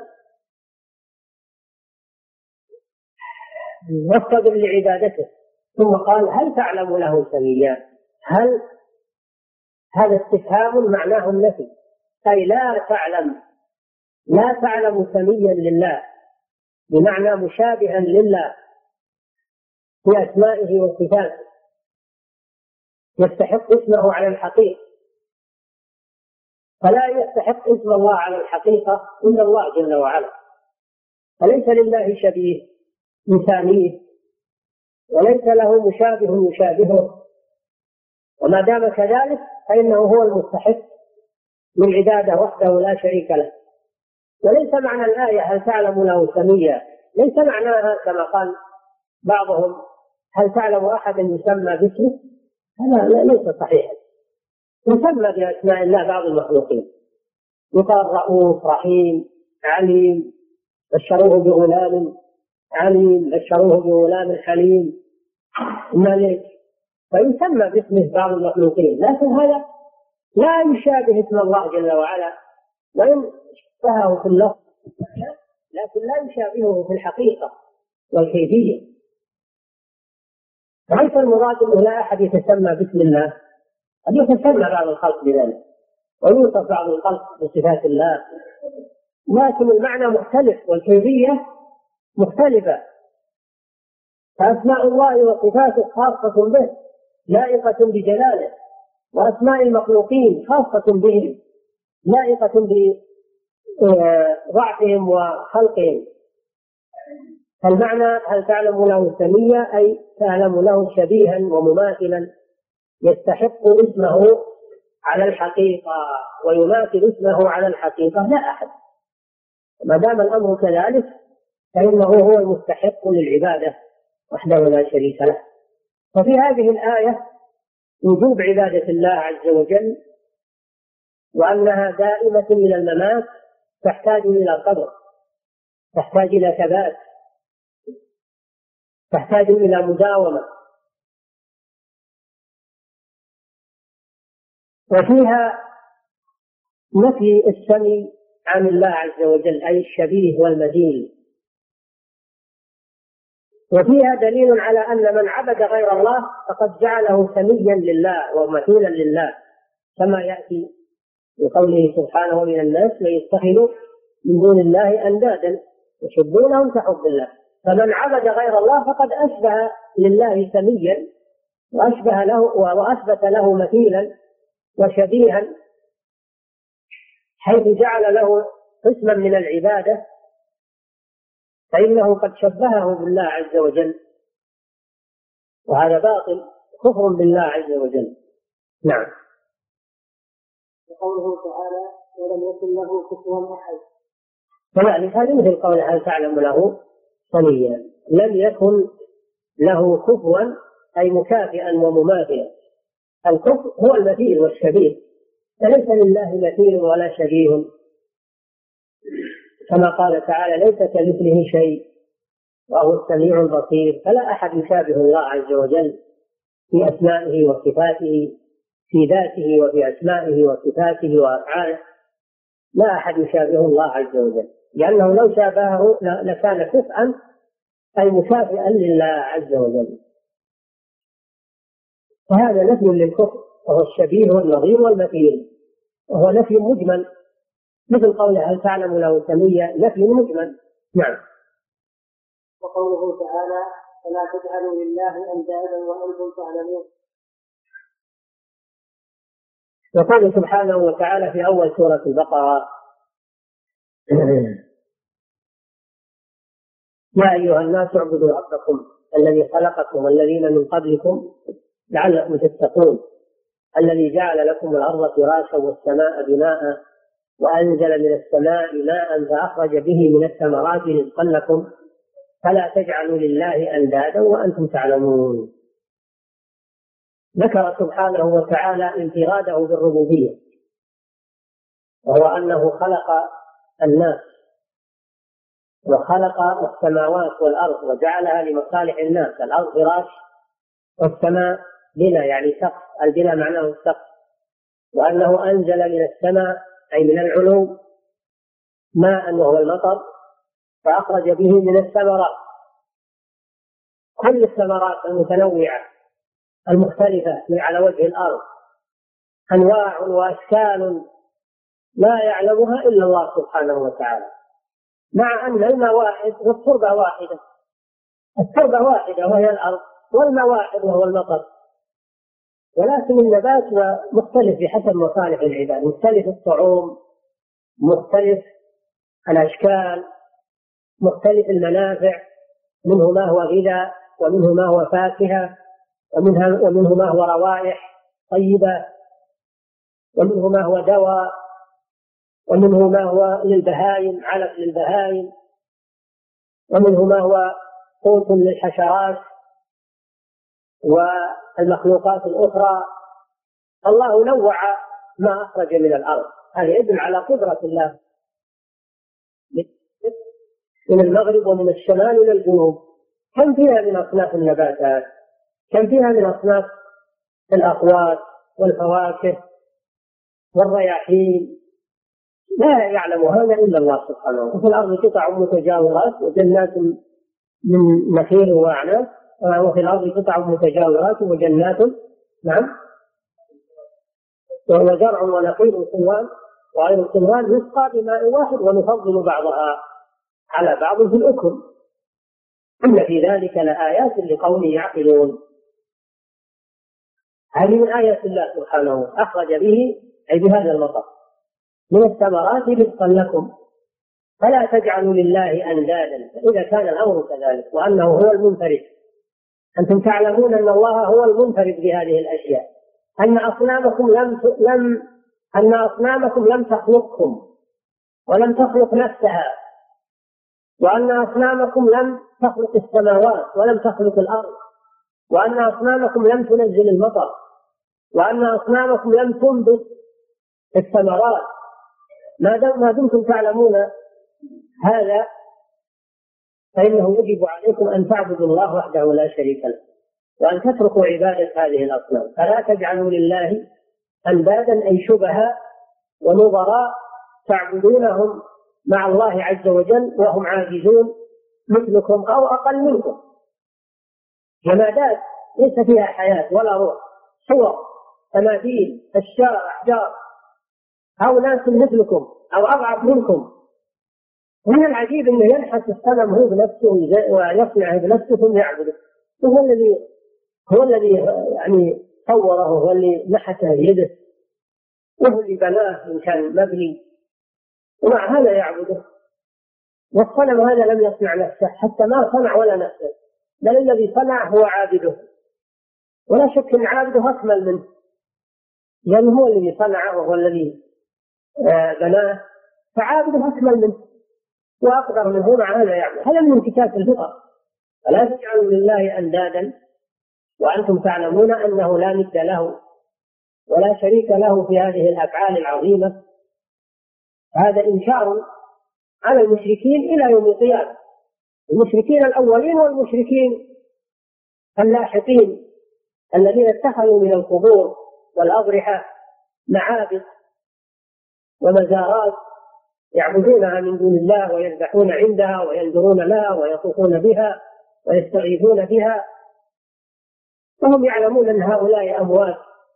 واصطبر لعبادته. ثم قال هل تعلم له سميا؟ هل هذا استفهام معناه النفي، أي لا تعلم لا تعلم سميا لله، بمعنى مشابها لله في أسمائه وصفاته، يستحق اسمه على الحقيقة، فلا يستحق اسم الله على الحقيقة إلا الله جل وعلا، فليس لله شبيه مثاليه وليس له مشابه يشابهه، وما دام كذلك فإنه هو المستحق للعبادة وحده لا شريك له. وليس معنى الآية هل تعلم له سميا، ليس معناها كما قال بعضهم هل تعلم أحدا يسمى باسمه، هذا ليس صحيحا. يسمى بأسماء الله بعض المخلوقين، يقال رؤوف رحيم عليم، بشروه بغلام عليم، بشروه بغلام حليم، ملك، فيسمى باسمه بعض المخلوقين، لكن هذا لا يشابه اسم الله جل وعلا، وإن شبهه في اللفظ لكن لا يشابهه في الحقيقة والكيفية. فليس المراد أنه لا أحد يتسمى باسم الله، قد يتسمى بعض الخلق بذلك ويوصف بعض الخلق بصفات الله، لكن المعنى مختلف والكيفية مختلفة. فأسماء الله وصفاته خاصة به لائقة بجلاله، وأسماء المخلوقين خاصة بهم لائقة بضعفهم وخلقهم. فالمعنى هل تعلم له سميا أي تعلم له شبيها ومماثلا يستحق اسمه على الحقيقة ويماثل اسمه على الحقيقة، لا أحد. ما دام الأمر كذلك فإنه هو المستحق للعبادة وحده لا شريك له. وفي هذه الآية وجوب عبادة الله عز وجل، وأنها دائمة إلى الممات، تحتاج إلى قدر، تحتاج إلى ثبات، تحتاج إلى مداومة. وفيها نفي السمي عن الله عز وجل أي الشبيه والمثيل. وفيها دليل على أن من عبد غير الله فقد جعله سميا لله ومثيلا لله، كما يأتي بقوله سبحانه من الناس من يتخذوا من دون الله أندادا يحبونهم كحب الله. فمن عبد غير الله فقد أشبه لله سميا وأشبه له وأثبت له مثيلا وشبيها، حيث جعل له قسما من العبادة، فإنه قد شبهه بالله عز وجل، وهذا باطل كفر بالله عز وجل. نعم. وقوله تعالى ولم يكن له كفوا أحد، كذلك هذا مثل قول هل تعلم له سميا، لم يكن له كفوا أي مكافئا ومماثلا. الكفر هو المثيل والشبيه، فليس لله مثيل ولا شبيه، كما قال تعالى ليس كمثله شيء وهو السميع البصير. فلا أحد يشابه الله عز وجل في أسمائه وصفاته، في ذاته وفي أسمائه وصفاته وأفعاله، لا أحد يشابه الله عز وجل، لأنه لو شابهه لكان كفءا أي مشابها لله عز وجل. فهذا نفي للكفر، وهو الشبيه والنظير والمثيل، وهو نفي مجمل، مثل قوله هل تعلم له سميا، نفي مجمل. نعم. وقوله تعالى فلا تجعلوا لله أندادا وأنتم تعلمون، يقول سبحانه وتعالى في أول سورة البقرة: يا أيها الناس اعبدوا ربكم الذي خلقكم والذين من قبلكم لعلكم تتقون الذي جعل لكم الأرض فراشا والسماء بناء وأنزل من السماء ماء فأخرج به من الثمرات رزقا لكم فلا تجعلوا لله أندادا وأنتم تعلمون. ذكر سبحانه وتعالى انفراده بالربوبية، وهو أنه خلق الناس وخلق السماوات والأرض وجعلها لمصالح الناس. الأرض فراش والسماء بنا، يعني سقف، البنا معناه السقف. وأنه أنزل من السماء أي من العلو ماء وهو المطر فأخرج به من الثمرات، كل الثمرات المتنوعة المختلفة على وجه الأرض، أنواع وأشكال لا يعلمها إلا الله سبحانه وتعالى، مع أن الماء واحد والتربة واحدة، التربة واحدة وهي الأرض، والماء واحد وهو المطر، ولكن النبات مختلف بحسب مصالح العباد، مختلف الطعوم، مختلف الأشكال، مختلف المنافع، منه ما هو غذاء ومنه ما هو فاكهة ومنه ما هو روائح طيبة ومنه ما هو دواء ومنه ما هو للبهائم علف للبهائم ومنه ما هو قوت للحشرات والمخلوقات الأخرى. الله نوع ما أخرج من الأرض، هذا يدل على قدرة الله من المغرب ومن الشمال إلى الجنوب. كم فيها من أصناف النباتات، كم فيها من أصناف الأقوات والفواكه والرياحين، لا يعلم هذا إلا الله سبحانه. وفي الأرض قطع متجاورات وجنات من نخيل وأعناب، وفي الأرض قطع متجاورات وجنات نعم وزرع ونخيل صنوان وغير صنوان يسقى بماء واحد ونفضل بعضها على بعض في الأكل، إن في ذلك لآيات لقوم يعقلون. هذه من آيات الله سبحانه، أخرج به أي بهذا المطر من الثمرات رزقا لكم فلا تجعلوا لله أندادا إذا كان الأمر كذلك وأنه هو المنفرد. أنتم تعلمون أن الله هو المنفرد بهذه الأشياء، أن أصنامكم لم لم أن أصنامكم لم تخلقكم ولم تخلق نفسها، وأن أصنامكم لم تخلق السماوات ولم تخلق الأرض، وأن أصنامكم لم تنزل المطر، وأن أصنامكم لم تنبت الثمرات. ما دمتم تعلمون هذا فإنه يجب عليكم أن تعبدوا الله وحده لا شريك له وأن تتركوا عبادة هذه الأصنام. فلا تجعلوا لله أندادا أي شبهاء ونظراء تعبدونهم مع الله عز وجل وهم عاجزون مثلكم أو أقل منكم، جمادات ليس فيها حياة ولا روح، صور تماثيل أشجار أحجار، أو ناس مثلكم أو أضعف منكم. من العجيب أنه ينحت الصنم هو بنفسه ويصنعه بنفسه ثم يعبده، وهو الذي هو الذي يعني صوره، هو اللي نحته بيده، وهو اللي بناه إن كان مبني، ومع هذا يعبده. والصنم هذا لم يصنع نفسه، حتى ما صنع ولا نفسه، بل الذي صنع هو عابده، ولا شك أن عابده أكمل منه، لأنه هو الذي صنعه وهو الذي بناه، فعابده أكمل منه وأقدر منه، مع هذا يعبد. هذا من انتكاس الفطر. فلا تجعلوا لله أندادا وأنتم تعلمون أنه لا ند له ولا شريك له في هذه الأفعال العظيمة. هذا إنكار على المشركين إلى يوم القيامة، المشركين الأولين والمشركين اللاحقين الذين اتخذوا من القبور والأضرحة معابد ومزارات يعبدونها من دون الله ويذبحون عندها وينذرون لها ويطوفون بها ويستغيثون بها، وهم يعلمون أن هؤلاء أموات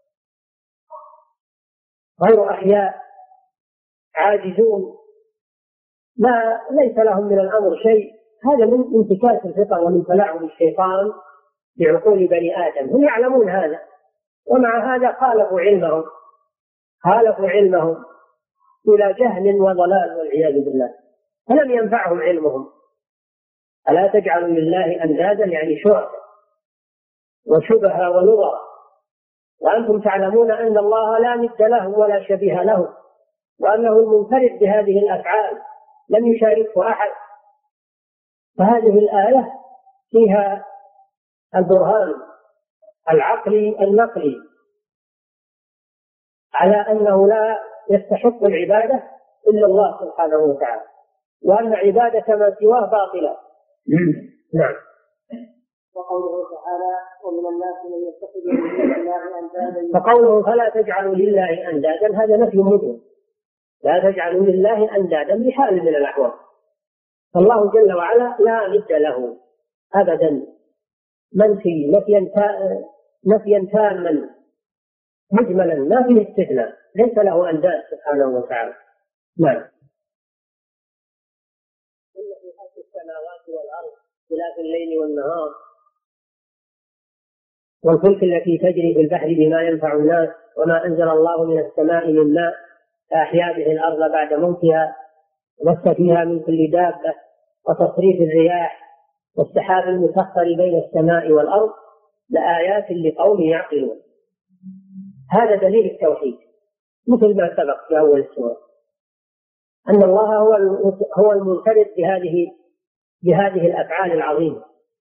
غير أحياء عاجزون لا ليس لهم من الأمر شيء. هذا من انتكاس الفطر ومن تلاعب الشيطان بعقول بني آدم، هم يعلمون هذا، ومع هذا خالفوا علمهم خالفوا علمهم إلى جهل وضلال والعياذ بالله، فلم ينفعهم علمهم. ألا تجعلوا لله أندادا يعني شركاء وشبه ونظر وأنتم تعلمون أن الله لا ند له ولا شبيه له، وأنه المنفرد بهذه الأفعال لم يشاركه أحد. فهذه الآية فيها البرهان العقلي النقلي على أنه لا يستحق العبادة إلا الله سبحانه وتعالى، وأن عبادة ما سواه باطلة. نعم. وقوله تعالى ومن الناس من يتخذ من دون الله أندادا. فقوله فلا تجعلوا لله أندادا هذا نفي مجمل، لا تجعلوا لله أندادا بحال من الأحوال. فالله جل وعلا لا ند له أبدا، منفي نفيا تاما مجملا ما فيه استثناء، ليس له أنداد سبحانه وتعالى. نعم. إن في خلق السماوات والأرض اختلاف الليل والنهار والفلك التي تجري في البحر بما ينفع الناس وما أنزل الله من السماء من ماء فأحيا به الأرض بعد موتها وبث فيها من كل دابة وتصريف الرياح والسحاب المسخر بين السماء والأرض لآيات لقوم يعقلون. هذا دليل التوحيد، مثل ما سبق في أول السورة أن الله هو هو المنفرد بهذه بهذه الأفعال العظيمة،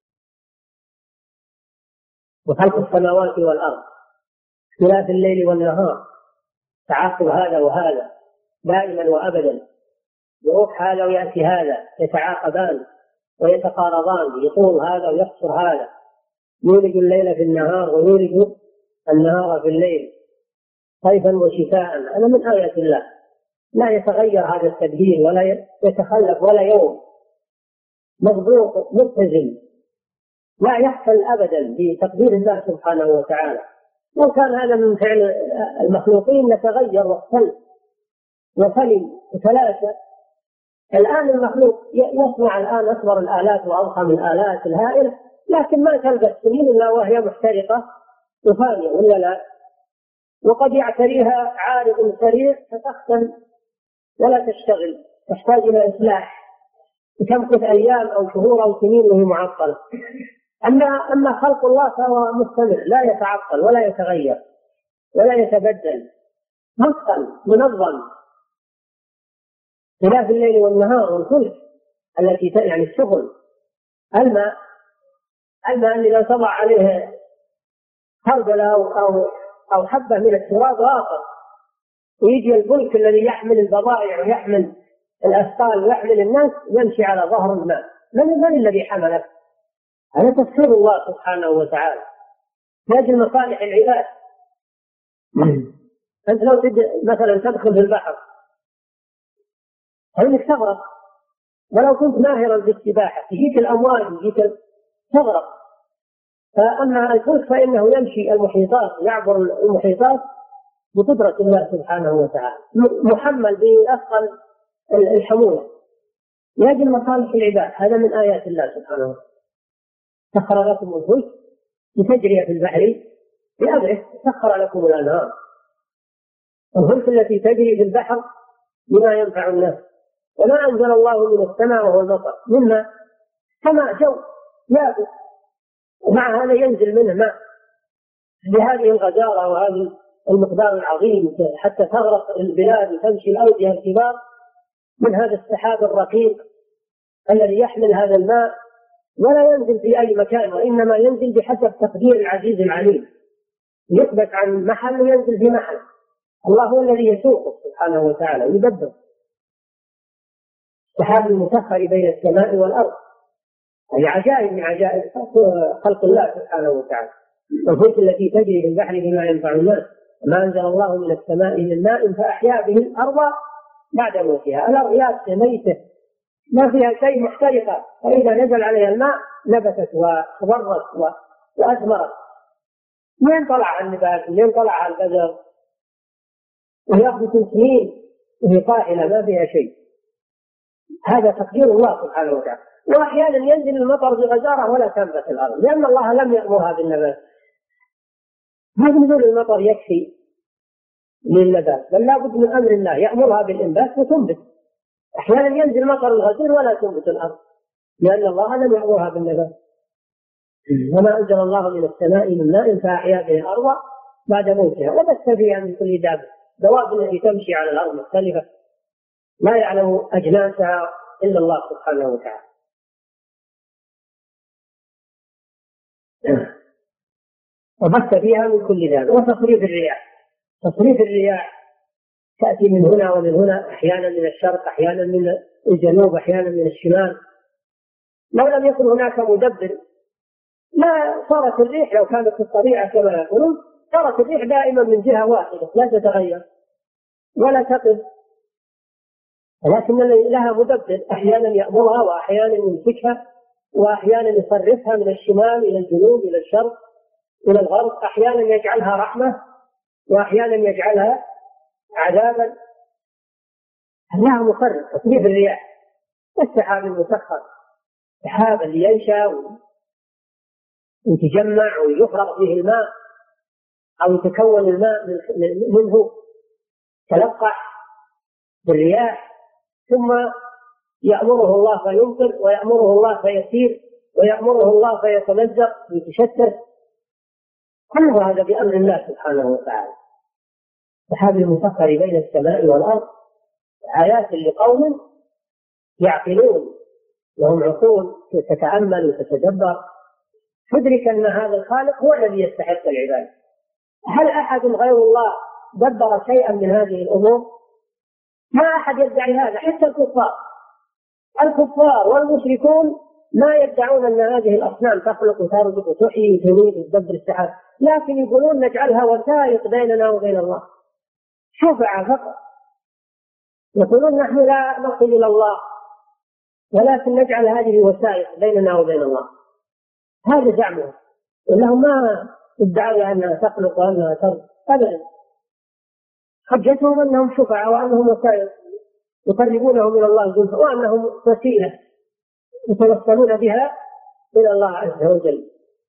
وخلق السماوات والأرض اختلاف الليل والنهار، تعاقب هذا وهذا دائما وأبدا، يروح هذا ويأتي هذا، يتعاقبان ويتقارضان، يطول هذا ويقصر هذا، يولج الليل في النهار ويولج النهار في الليل صيفا وشتاء. هذا من آيات الله، لا يتغير هذا التدبير ولا يتخلف ولا يوم، مضبوط متزن، لا يحصل أبدا بتقدير الله سبحانه وتعالى. لو كان هذا من فعل المخلوقين لتغير واختلف وفلي وتلاشى. الآن المخلوق يصنع الآن أكبر الآلات وأضخم الآلات الهائلة، لكن ما تلبث سنين إلا وهي محترقة وفانية ولا لا، وقد يعتريها عارض سريع فتختل ولا تشتغل، تحتاج إلى إصلاح تمكث أيام أو شهور أو سنين وهي معطلة. أما أما خلق الله فهو مستمر، لا يتعطل ولا يتغير ولا يتبدل، متقن منظم، خلاف الليل والنهار والفلك التي يعني السفن. الماء الماء اللي لو تضع عليه خردل أو أو أو حبة من التراب آخر ويجي الفلك الذي يحمل البضائع ويحمل الأثقال ويحمل الناس يمشي على ظهر الماء. من من الذي حمله؟ هذا تفسير الله سبحانه وتعالى لأجل مصالح العباد. أنت لو مثلا تدخل في البحر فإنك تغرق، ولو كنت ماهرا في السباحة تجيك الأمواج تجيك تغرق. فأما الفلك فإنه يمشي المحيطات، يعبر المحيطات بقدرة الله سبحانه وتعالى، محمل بأثقل الحمولة لأجل مصالح العباد. هذا من آيات الله سبحانه وتعالى. سخر لكم الفلك لتجري في البحر بأمره، سخر لكم الأنهار، الفلك التي تجري في البحر بما ينفع الناس. وما أنزل الله من السماء وهو المطر، مما سماء جو يابس، ومع هذا ينزل منه ماء بهذه الغزارة وهذه المقدار العظيم حتى تغرق البلاد وتمشي الأودية الكبار من هذا السحاب الرقيق الذي يحمل هذا الماء، ولا ينزل في أي مكان، وإنما ينزل بحسب تقدير العزيز العليم، يثبت عن محل وينزل في محل. الله هو الذي يسوقه سبحانه وتعالى ويدبر السحاب المسخر بين السماء والأرض. هذه عجائب من عجائب خلق الله سبحانه وتعالى. والفلك التي تجري في البحر بما ينفع الناس ما أنزل الله من السماء من ماء فأحيا به الأرض بعد موتها. الأرض يابسة ميتة ما فيها شيء، محترقة، فإذا نزل عليها الماء نبتت وخضرت وأثمرت. من طلع النبات، من طلع البذر، ويأخذ سنين وهي قائلة ما فيها شيء. هذا تقدير الله سبحانه وتعالى. وأحيانا ينزل المطر بغزارة ولا تنبت الأرض، لأن الله لم يأمرها بالنبات. هذا نزول المطر يكفي للنبات، بل لا بد من أمر الله يأمرها بالإنبات وتنبت. أحيانا ينزل مطر الغزير ولا تنبت الأرض لأن الله لم يأمرها بالنبات. وما أنزل الله من السماء من ماء فأحيا به الأرض بعد موتها وبث فيها من كل دابة، دواب التي تمشي على الأرض مختلفة لا يعلم أجناسها إلا الله سبحانه وتعالى. وبث فيها من كل دابة. وتصريف الرياح، تصريف الرياح تأتي من هنا ومن هنا، أحيانا من الشرق أحيانا من الجنوب أحيانا من الشمال. لو لم يكن هناك مدبر لا صارت الريح، لو كانت في الطبيعة كما يقولون صارت الريح دائما من جهة واحدة لا تتغير ولا تقف، ولكن لها مدبر أحيانا يأمرها وأحيانا يمسكها وأحيانا يصرفها من الشمال إلى الجنوب إلى الشرق إلى الغرب، أحيانا يجعلها رحمة وأحيانا يجعلها عذابا. لها مصرف. تصريف الرياح والسحاب المسخر، السحاب اللي ينشأ ويتجمع ويفرغ فيه الماء أو يتكون الماء منه تلقح بالرياح، ثم يأمره الله فيمطر ويأمره الله فيسير ويأمره الله فيتمزق ويتشتت. كل هذا بأمر الله سبحانه وتعالى. السحاب المسخر بين السماء والأرض آيات لقوم يعقلون لهم عقول تتأمل وتتدبر، تدرك أن هذا الخالق هو الذي يستحق العبادة. هل أحد غير الله دبر شيئا من هذه الأمور؟ ما أحد يدعي هذا، حتى الكفار الكفار والمشركون ما يدعون أن هذه الأصنام تخلق وترزق وتحيي وتميت وتدبر السحاب، لكن يقولون نجعلها وسائط بيننا وبين الله، شفعة فقط. يقولون نحن لا نصل إلى الله ولكن نجعل هذه وسائط بيننا وبين الله. هذا زعمهم، إنهم ما ادعوا أنها تخلق وأنها ترزق أبدا. حجتهم أنهم شفعة وأنهم وسائط يقربونهم إلى الله زلفى وأنهم وسيلة يتوصلون بها إلى الله عز وجل.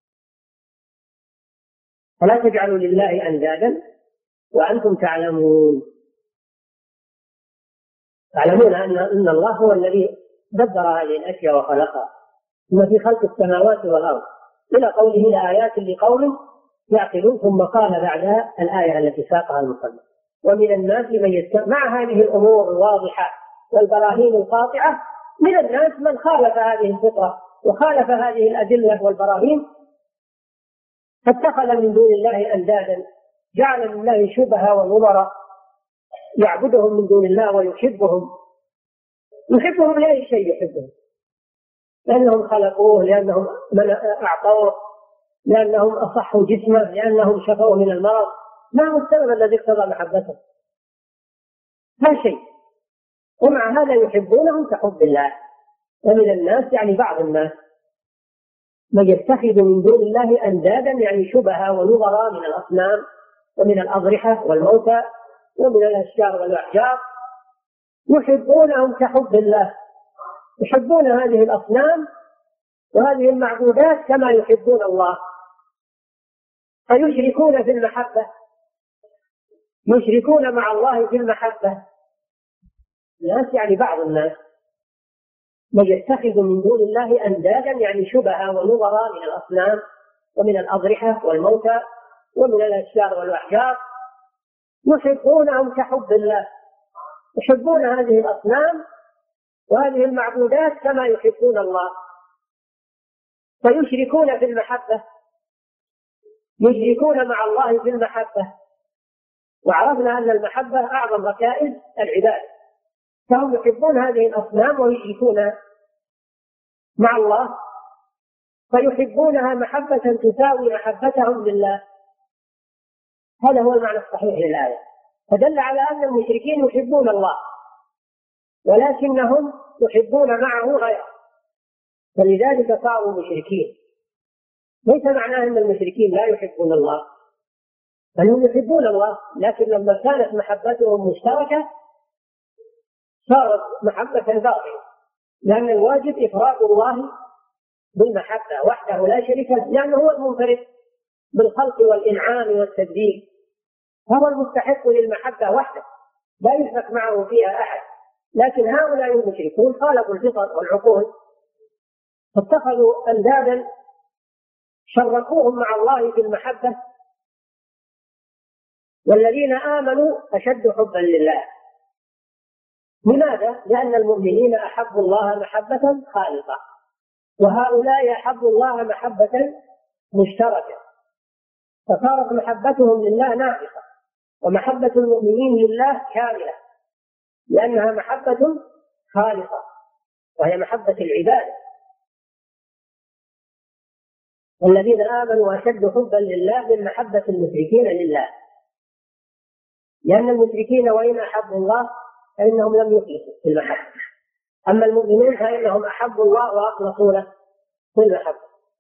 فلا تجعلوا لله أندادا وأنتم تعلمون تعلمون أن أن الله هو الذي دبر هذه الأشياء وخلقها. ثم في خلق السماوات والأرض إلى قوله لآيات لقوم يعقلون، ثم قال بعدها الآية التي ساقها المصنف: ومن الناس من يتبع. مع هذه الأمور الواضحة والبراهين القاطعة من الناس من خالف هذه الفطرة وخالف هذه الأدلة والبراهين، فاتخذ من دون الله أندادا، جعل لله شبهة ونظرا، يعبدهم من دون الله ويحبهم. يحبهم لأي شيء يحبهم، لأنهم خلقوه، لأنهم من أعطوه، لأنهم أصحوا جسمه، لأنهم شفوه من المرض. ما هو السبب الذي اقتضى محبته؟ لا شيء. ومع هذا يحبونهم كحب الله. ومن الناس يعني بعض الناس من يتخذ من دون الله أندادا يعني شبهة ونظرا من الأصنام ومن الأضرحة والموتى ومن الأشجار والأحجار، يحبونهم كحب الله. يحبون هذه الأصنام وهذه المعبودات كما يحبون الله، فيشركون في المحبة، يشركون مع الله في المحبة. الناس يعني بعض الناس من يتخذ من دون الله أندادا يعني شبهة ونظرا من الأصنام ومن الأضرحة والموتى ومن الأشجار والأحجار، يحبونهم كحب الله. يحبون هذه الأصنام وهذه المعبودات كما يحبون الله، فيشركون في المحبة، يشركون مع الله في المحبة. وعرفنا أن المحبة أعظم ركائز العباد، فهم يحبون هذه الأصنام ويشركون مع الله، فيحبونها محبة تساوي محبتهم لله. هذا هو المعنى الصحيح للآية. فدل على أن المشركين يحبون الله ولكنهم يحبون معه غيره، فلذلك صاروا مشركين. ليس معناه أن المشركين لا يحبون الله، بل هم يحبون الله، لكن لما كانت محبتهم مشتركة صارت محبة باطلة، لأن الواجب إفراد الله بالمحبة وحده لا شريك له، لأنه هو المنفرد بالخلق والإنعام والتدبير. هو المستحق للمحبة وحده لا يشرك معه فيها أحد. لكن هؤلاء المشركون خالفوا الفطر والعقول فاتخذوا أندادا شركوهم مع الله في المحبة، والذين آمنوا أشد حبا لله. لماذا؟ لأن المؤمنين أحبوا الله محبة خالصة، وهؤلاء أحبوا الله محبة مشتركة، فصارت محبتهم لله ناقصة، ومحبة المؤمنين لله كاملة لأنها محبة خالصة وهي محبة العبادة. والذين آمنوا أشد حبا لله من محبة المشركين لله، لأن المشركين وإن أحبوا الله فإنهم لم يخلصوا في المحبة، أما المؤمنين فإنهم أحبوا الله وأخلصوا له في المحبة.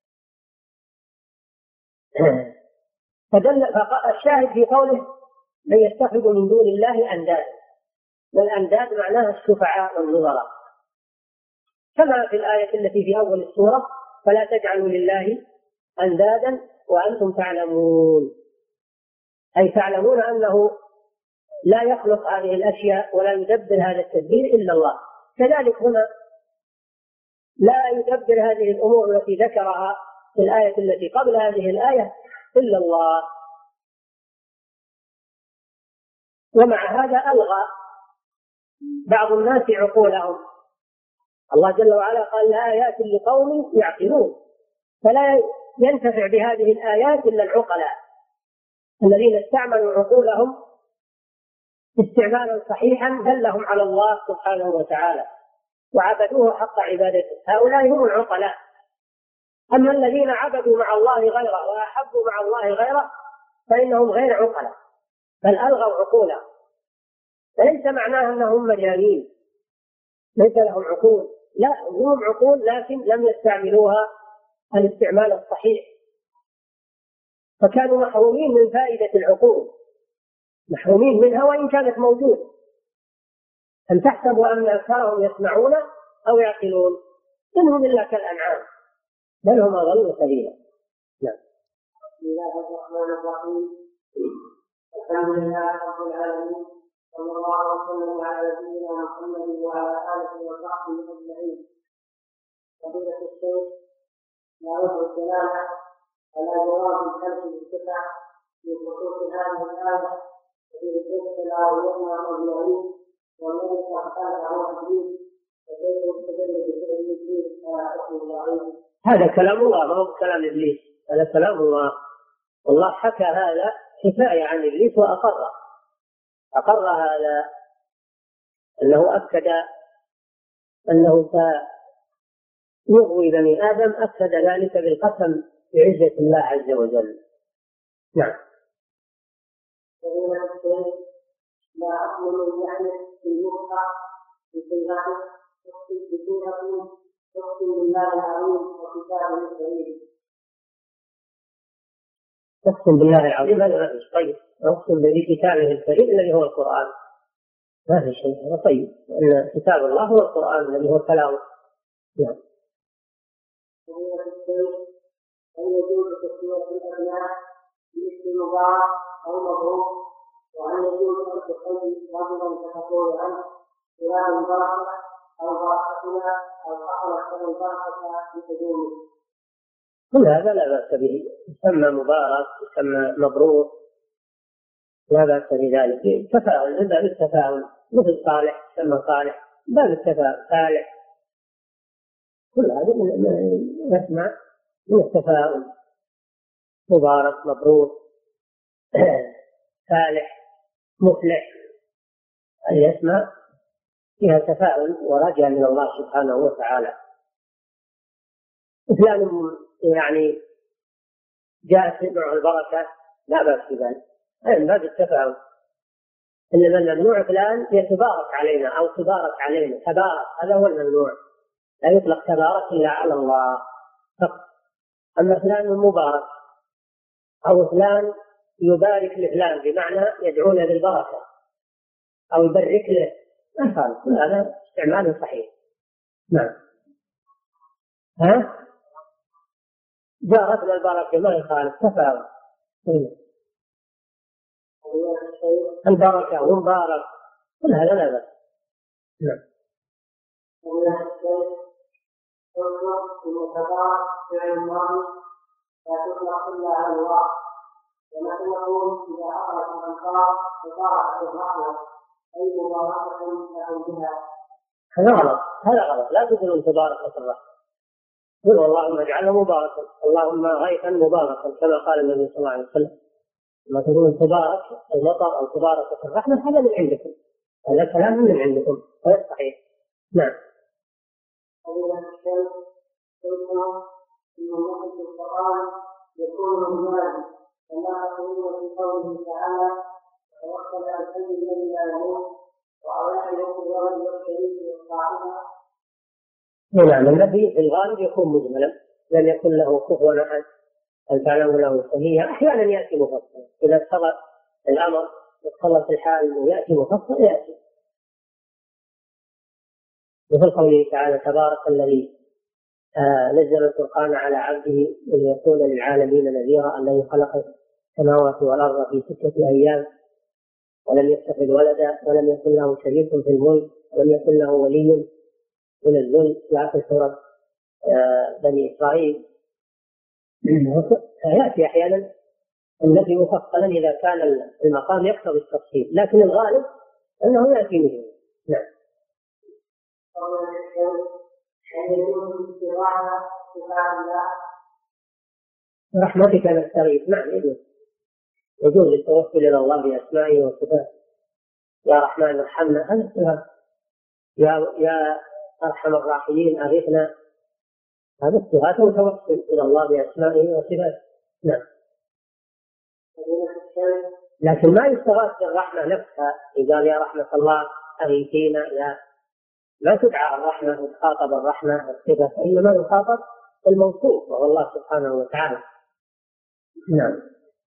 فدل الشاهد في قوله من يتخذ من دون الله أندادا، والأنداد معناها الشفعاء والنظراء، كما في الآية التي في أول السورة فلا تجعلوا لله أندادا وأنتم تعلمون، أي تعلمون أنه لا يخلق هذه الأشياء ولا يدبر هذا التدبير إلا الله. كذلك هنا لا يدبر هذه الأمور التي ذكرها في الآية التي قبل هذه الآية إلا الله. ومع هذا ألغى بعض الناس عقولهم. الله جل وعلا قال لآيات لقوم يعقلون، فلا ينتفع بهذه الآيات إلا العقلاء الذين استعملوا عقولهم استعمالا صحيحا دلهم على الله سبحانه وتعالى وعبدوه حق عبادته، هؤلاء هم العقلاء. أما الذين عبدوا مع الله غيره وأحبوا مع الله غيره فإنهم غير عقلاء، بل ألغوا عقولهم. فليس معناه أنهم مجانين ليس لهم عقول، لا، لهم عقول لكن لم يستعملوها الاستعمال الصحيح، فكانوا محرومين من فائدة العقول، محرومين منها وإن كانت موجودة. أن تحسبوا أن أكثرهم يسمعون أو يعقلون، إنهم إلا كالأنعام بل هم أضل سبيلا. نعم. بسم الله الرحمن الرحيم. الحمد لله رب العالمين، صلى الله وسلم على نبينا محمد وعلى آله وصحبه أجمعين. فضيلة الشيخ، نعود الكلام على جواب الحج بالصفة في خصوص هذه الآية التي ذكرت لا يؤمن أجمعين والذي تختلف عن الدين وكيف يستدل بفعل الدين على حكم الله. هذا كلام الله ما هو كلام إبليس، هذا كلام الله. والله حكى هذا حكاية عن إبليس وأقره، أقر هذا أنه أكد أنه سيغوي بني آدم، أكد ذلك بالقسم بعزة الله عز وجل. نعم. لا أقل من يعني في المخطأ في صيغة بصيغة تقسم بالله العظيم وكتابه الكريم. أقسم بالله العظيم هذا ما فيش. طيب أقسم بكتابه الكريم الذي هو القرآن، ما في شيء. هذا طيب، لأن كتاب الله هو القرآن الذي هو كلامه. نعم. أن يجوز تسمية الأبناء باسم مبارك أو مبروك، وأن يجوز أن تسمي رجلا تقول عنه فلان بركة أو بركتنا أو حصلت له البركة بقدومه. كل هذا لا بأس به، يسمى مبارك يسمى مبروك، لا بأس بذلك. تفاؤل، من باب التفاؤل، مثل صالح يسمى صالح، باب التفاؤل صالح، كل هذا نسمع من التفاؤل. مبارك، مبروك، صالح، مفلح، هذه أسماء فيها تفاؤل ورجاء من الله سبحانه وتعالى. فلان يعني جاءت معه البركة لا بأس بذلك، هذا من باب التفاؤل. إنما الممنوع فلان يتبارك علينا أو تبارك علينا، تبارك هذا هو الممنوع، لا يطلق تبارك إلا على الله فقط. أما فلان مبارك أو فلان يبارك لفلان بمعنى يدعو له بالبركة أو يبرك له، هذا استعمال صحيح. نعم. ها؟ جاءت البركة ما يخالف، تفاؤل. البركة ومبارك، كل هذا لا بأس. نعم. لا تطلق إلا على الله، ونحن نقول إذا أخرج الأنصار فصارت الرحمة أي مباركة له بها. هذا غلط، هذا غلط، لا تقولون تبارك الرحمة، قل اللهم اجعله مباركا، اللهم غيثا مباركا كما قال النبي صلى الله عليه وسلم. ما تقولون تبارك المطر أو تبارك الرحمة، هذا من عندكم، هذا كلام من عندكم غير صحيح. نعم. إن الله في القرآن يكون مجانا، كما تقولون في قوله تعالى: توكل على الحي الذي لا يموت وعلى يوم الولد والشريك والصاحبة. نعم، النبي في الغالب يكون مجملا، لم يكن له كفوا أحد، هل تعلم له سميا. أحيانا يأتي مفصلا إذا اقتضى الأمر واقتضت الحال ويأتي مفصل يأتي، مثل قوله تعالى: تبارك الذي آه نزل الفرقان على عبده ليكون للعالمين نذيرا، الذي خلق السماوات والأرض في ستة أيام ولم يتخذ ولدا ولم يكن له شريك في الملك ولم يكن له ولي من الذل في آخر سورة آه بني إسرائيل. فيأتي أحيانا النبي مفصلا إذا كان المقام يقتضي التفصيل، لكن الغالب أنه يأتي مجملا. نعم. رحمتك نستغيث. نعم، يجوز يجوز التوسل إلى الله بأسمائه وصفاته. يا رحمن ارحمنا، هذا السؤال. يا يا أرحم الراحمين أغثنا، هذا الصفات وتوسل إلى الله بأسمائه وصفاته. نعم. لكن ما يستغاث بالرحمة نفسها، قال يا رحمة الله أغيثينا، لا، لا تدعى الرحمة وتخاطب الرحمة والصفة، إنما يخاطب الموصوف وهو الله سبحانه وتعالى. نعم.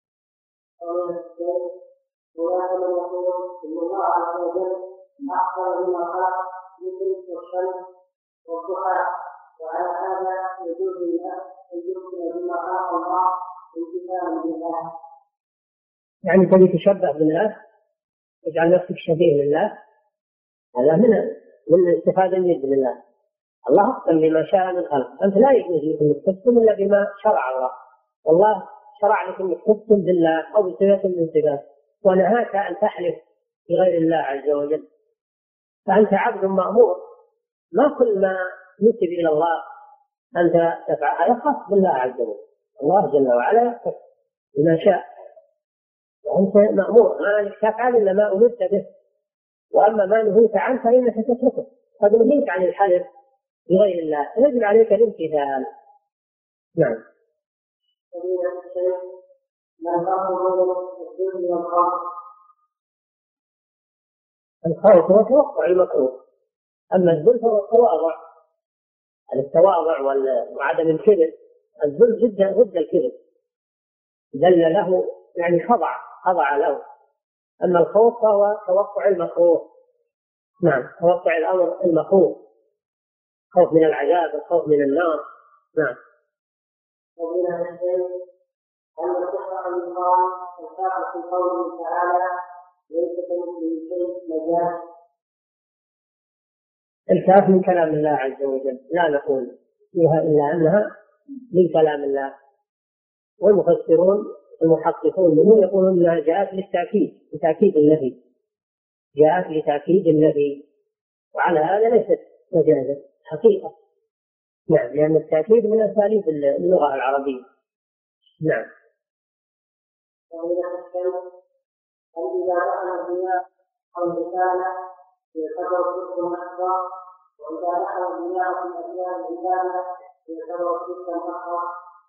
وعلى هذا يجوز لله أن يؤمن بما خلق الله امتثالا بالله. يعني تبي تشبه بالله، تجعل نفسك شبيه لله، هذا من من استفادة اليد لله. الله أقسم بما شاء من خلق، أنت لا يجوز لك أن تقسم إلا بما شرع الله، والله شرع لك أن تقسم بالله أو بصفة من صفاته، ونهاك أن تحلف بغير الله عز وجل. فأنت عبد مأمور، ما كل ما نسب إلى الله أنت تفعل، هذا خاص بالله عز وجل. الله جل وعلا يقسم بما شاء، وأنت مأمور ما أنك تفعل إلا ما أمرت به، وأما ما نهيت عنه فإنك تتركه. قد نهيت عن الحلف بغير الله، يجب عليك الامتثال. نعم. الخوف هو توقع المكروه، أما الذل فهو التواضع، التواضع وعدم الكبر. الذل ضد ضد الكبر، ذل له يعني خضع خضع له. أما الخوف فهو توقع المكروه. نعم، توقع الأمر المخوف، خوف من العذاب، الخوف من النار. نعم. ومن الشيء أن تحقق المقام الفاقد في قوله تعالى: ليس كمثله شيء مجاز. الكاف من كلام الله عز وجل، لا نقول فيها إلا أنها من كلام الله، والمفسرون المحققون منه يقولون أنها جاءت للتأكيد، لتأكيد النفي، جاءت لتأكيد النفي، وعلى هذا ليست مجازا حقيقة. نعم، لأن التأكيد من أساليب اللغة العربية. نعم. ومن الشيء أن إذا رأى الرياء أو الرسالة يعتبر كفر أكبر، وإذا رأى الرياء في أثناء الرسالة يعتبر كفرا أكبر.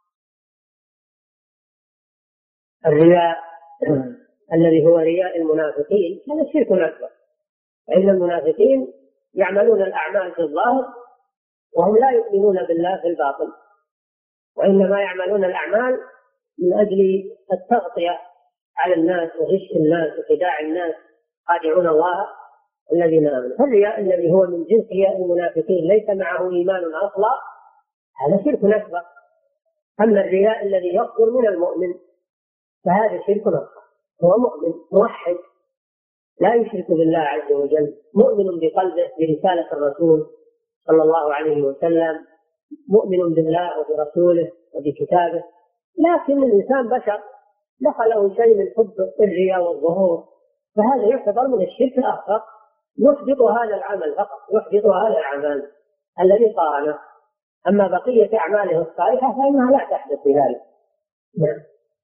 الرياء الذي هو رياء المنافقين هذا شرك أكبر، فإن المنافقين يعملون الأعمال في الظاهر وهم لا يؤمنون بالله في الباطن، وإنما يعملون الأعمال من أجل التغطية على الناس وغش الناس وخداع الناس، خادعون الله الذين آمنوا. فالرياء الذي هو من جنس رياء المنافقين ليس معه إيمان أصلا، هذا شرك أكبر. أما الرياء الذي يصدر من المؤمن فهذا شرك أكبر، هو مؤمن موحد لا يشرك بالله عز وجل، مؤمن بقلبه برسالة الرسول صلى الله عليه وسلم، مؤمن بالله وبرسوله وبكتابه، لكن الإنسان بشر دخله شيء من حب الرياء والظهور، فهذا يعتبر من الشرك الأكبر، يحبط هذا العمل فقط، يحبط هذا العمل الذي قارنه. أما بقية أعماله الصالحة فإنها لا تحدث بذلك. نعم.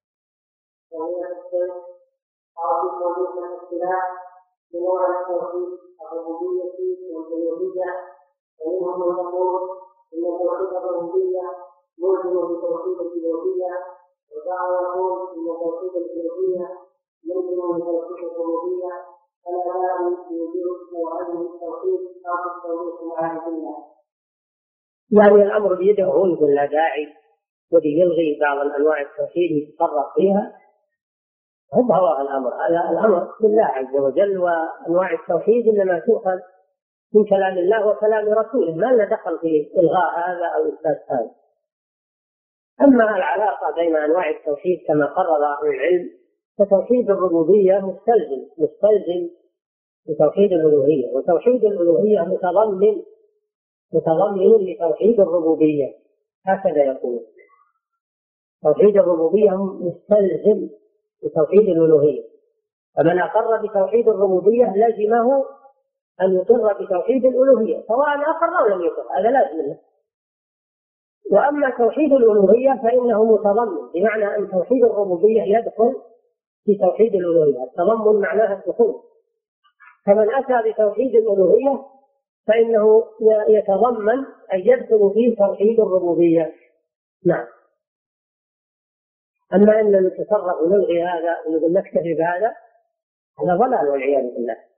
بنوع التوحيد الربوبية والألوهية، ومنهم من يقول إن توحيد الربوبية ملزم بتوحيد الألوهية، وبعض يقول إن توحيد الألوهية ملزم بتوحيد الربوبية، فلا داعي لوجود وعدم التوحيد أو التوحيد مع الله. يعني الأمر بيده هو يقول لا داعي، وبيلغي بعض الأنواع التوحيد يتطرق فيها، هو هو الأمر. هذا الأمر بالله عز وجل، وأنواع التوحيد إنما تؤخذ من كلام الله وكلام رسوله، ما لنا دخل في إلغاء هذا أو إثبات هذا. أما العلاقة بين أنواع التوحيد كما قرر أهل العلم، فتوحيد الربوبية مستلزم مستلزم لتوحيد الألوهية، وتوحيد الألوهية متضمن متضمن لتوحيد الربوبية، هكذا يقول. توحيد الربوبية مستلزم لتوحيد الألوهية، فمن أقر بتوحيد الربوبية لزمه أن يقر بتوحيد الألوهية سواء أقر أو لم يقر، هذا لازم له. وأما توحيد الألوهية فإنه متضمن، بمعنى أن توحيد الربوبية يدخل في توحيد الألوهية، التضمن معناها الدخول. فمن أتى بتوحيد الألوهية فإنه يتضمن أن يدخل فيه توحيد الربوبية. نعم. أما أن نتصرف ونلغي هذا ونقول نكتفي بهذا، هذا ضلال والعياذ بالله.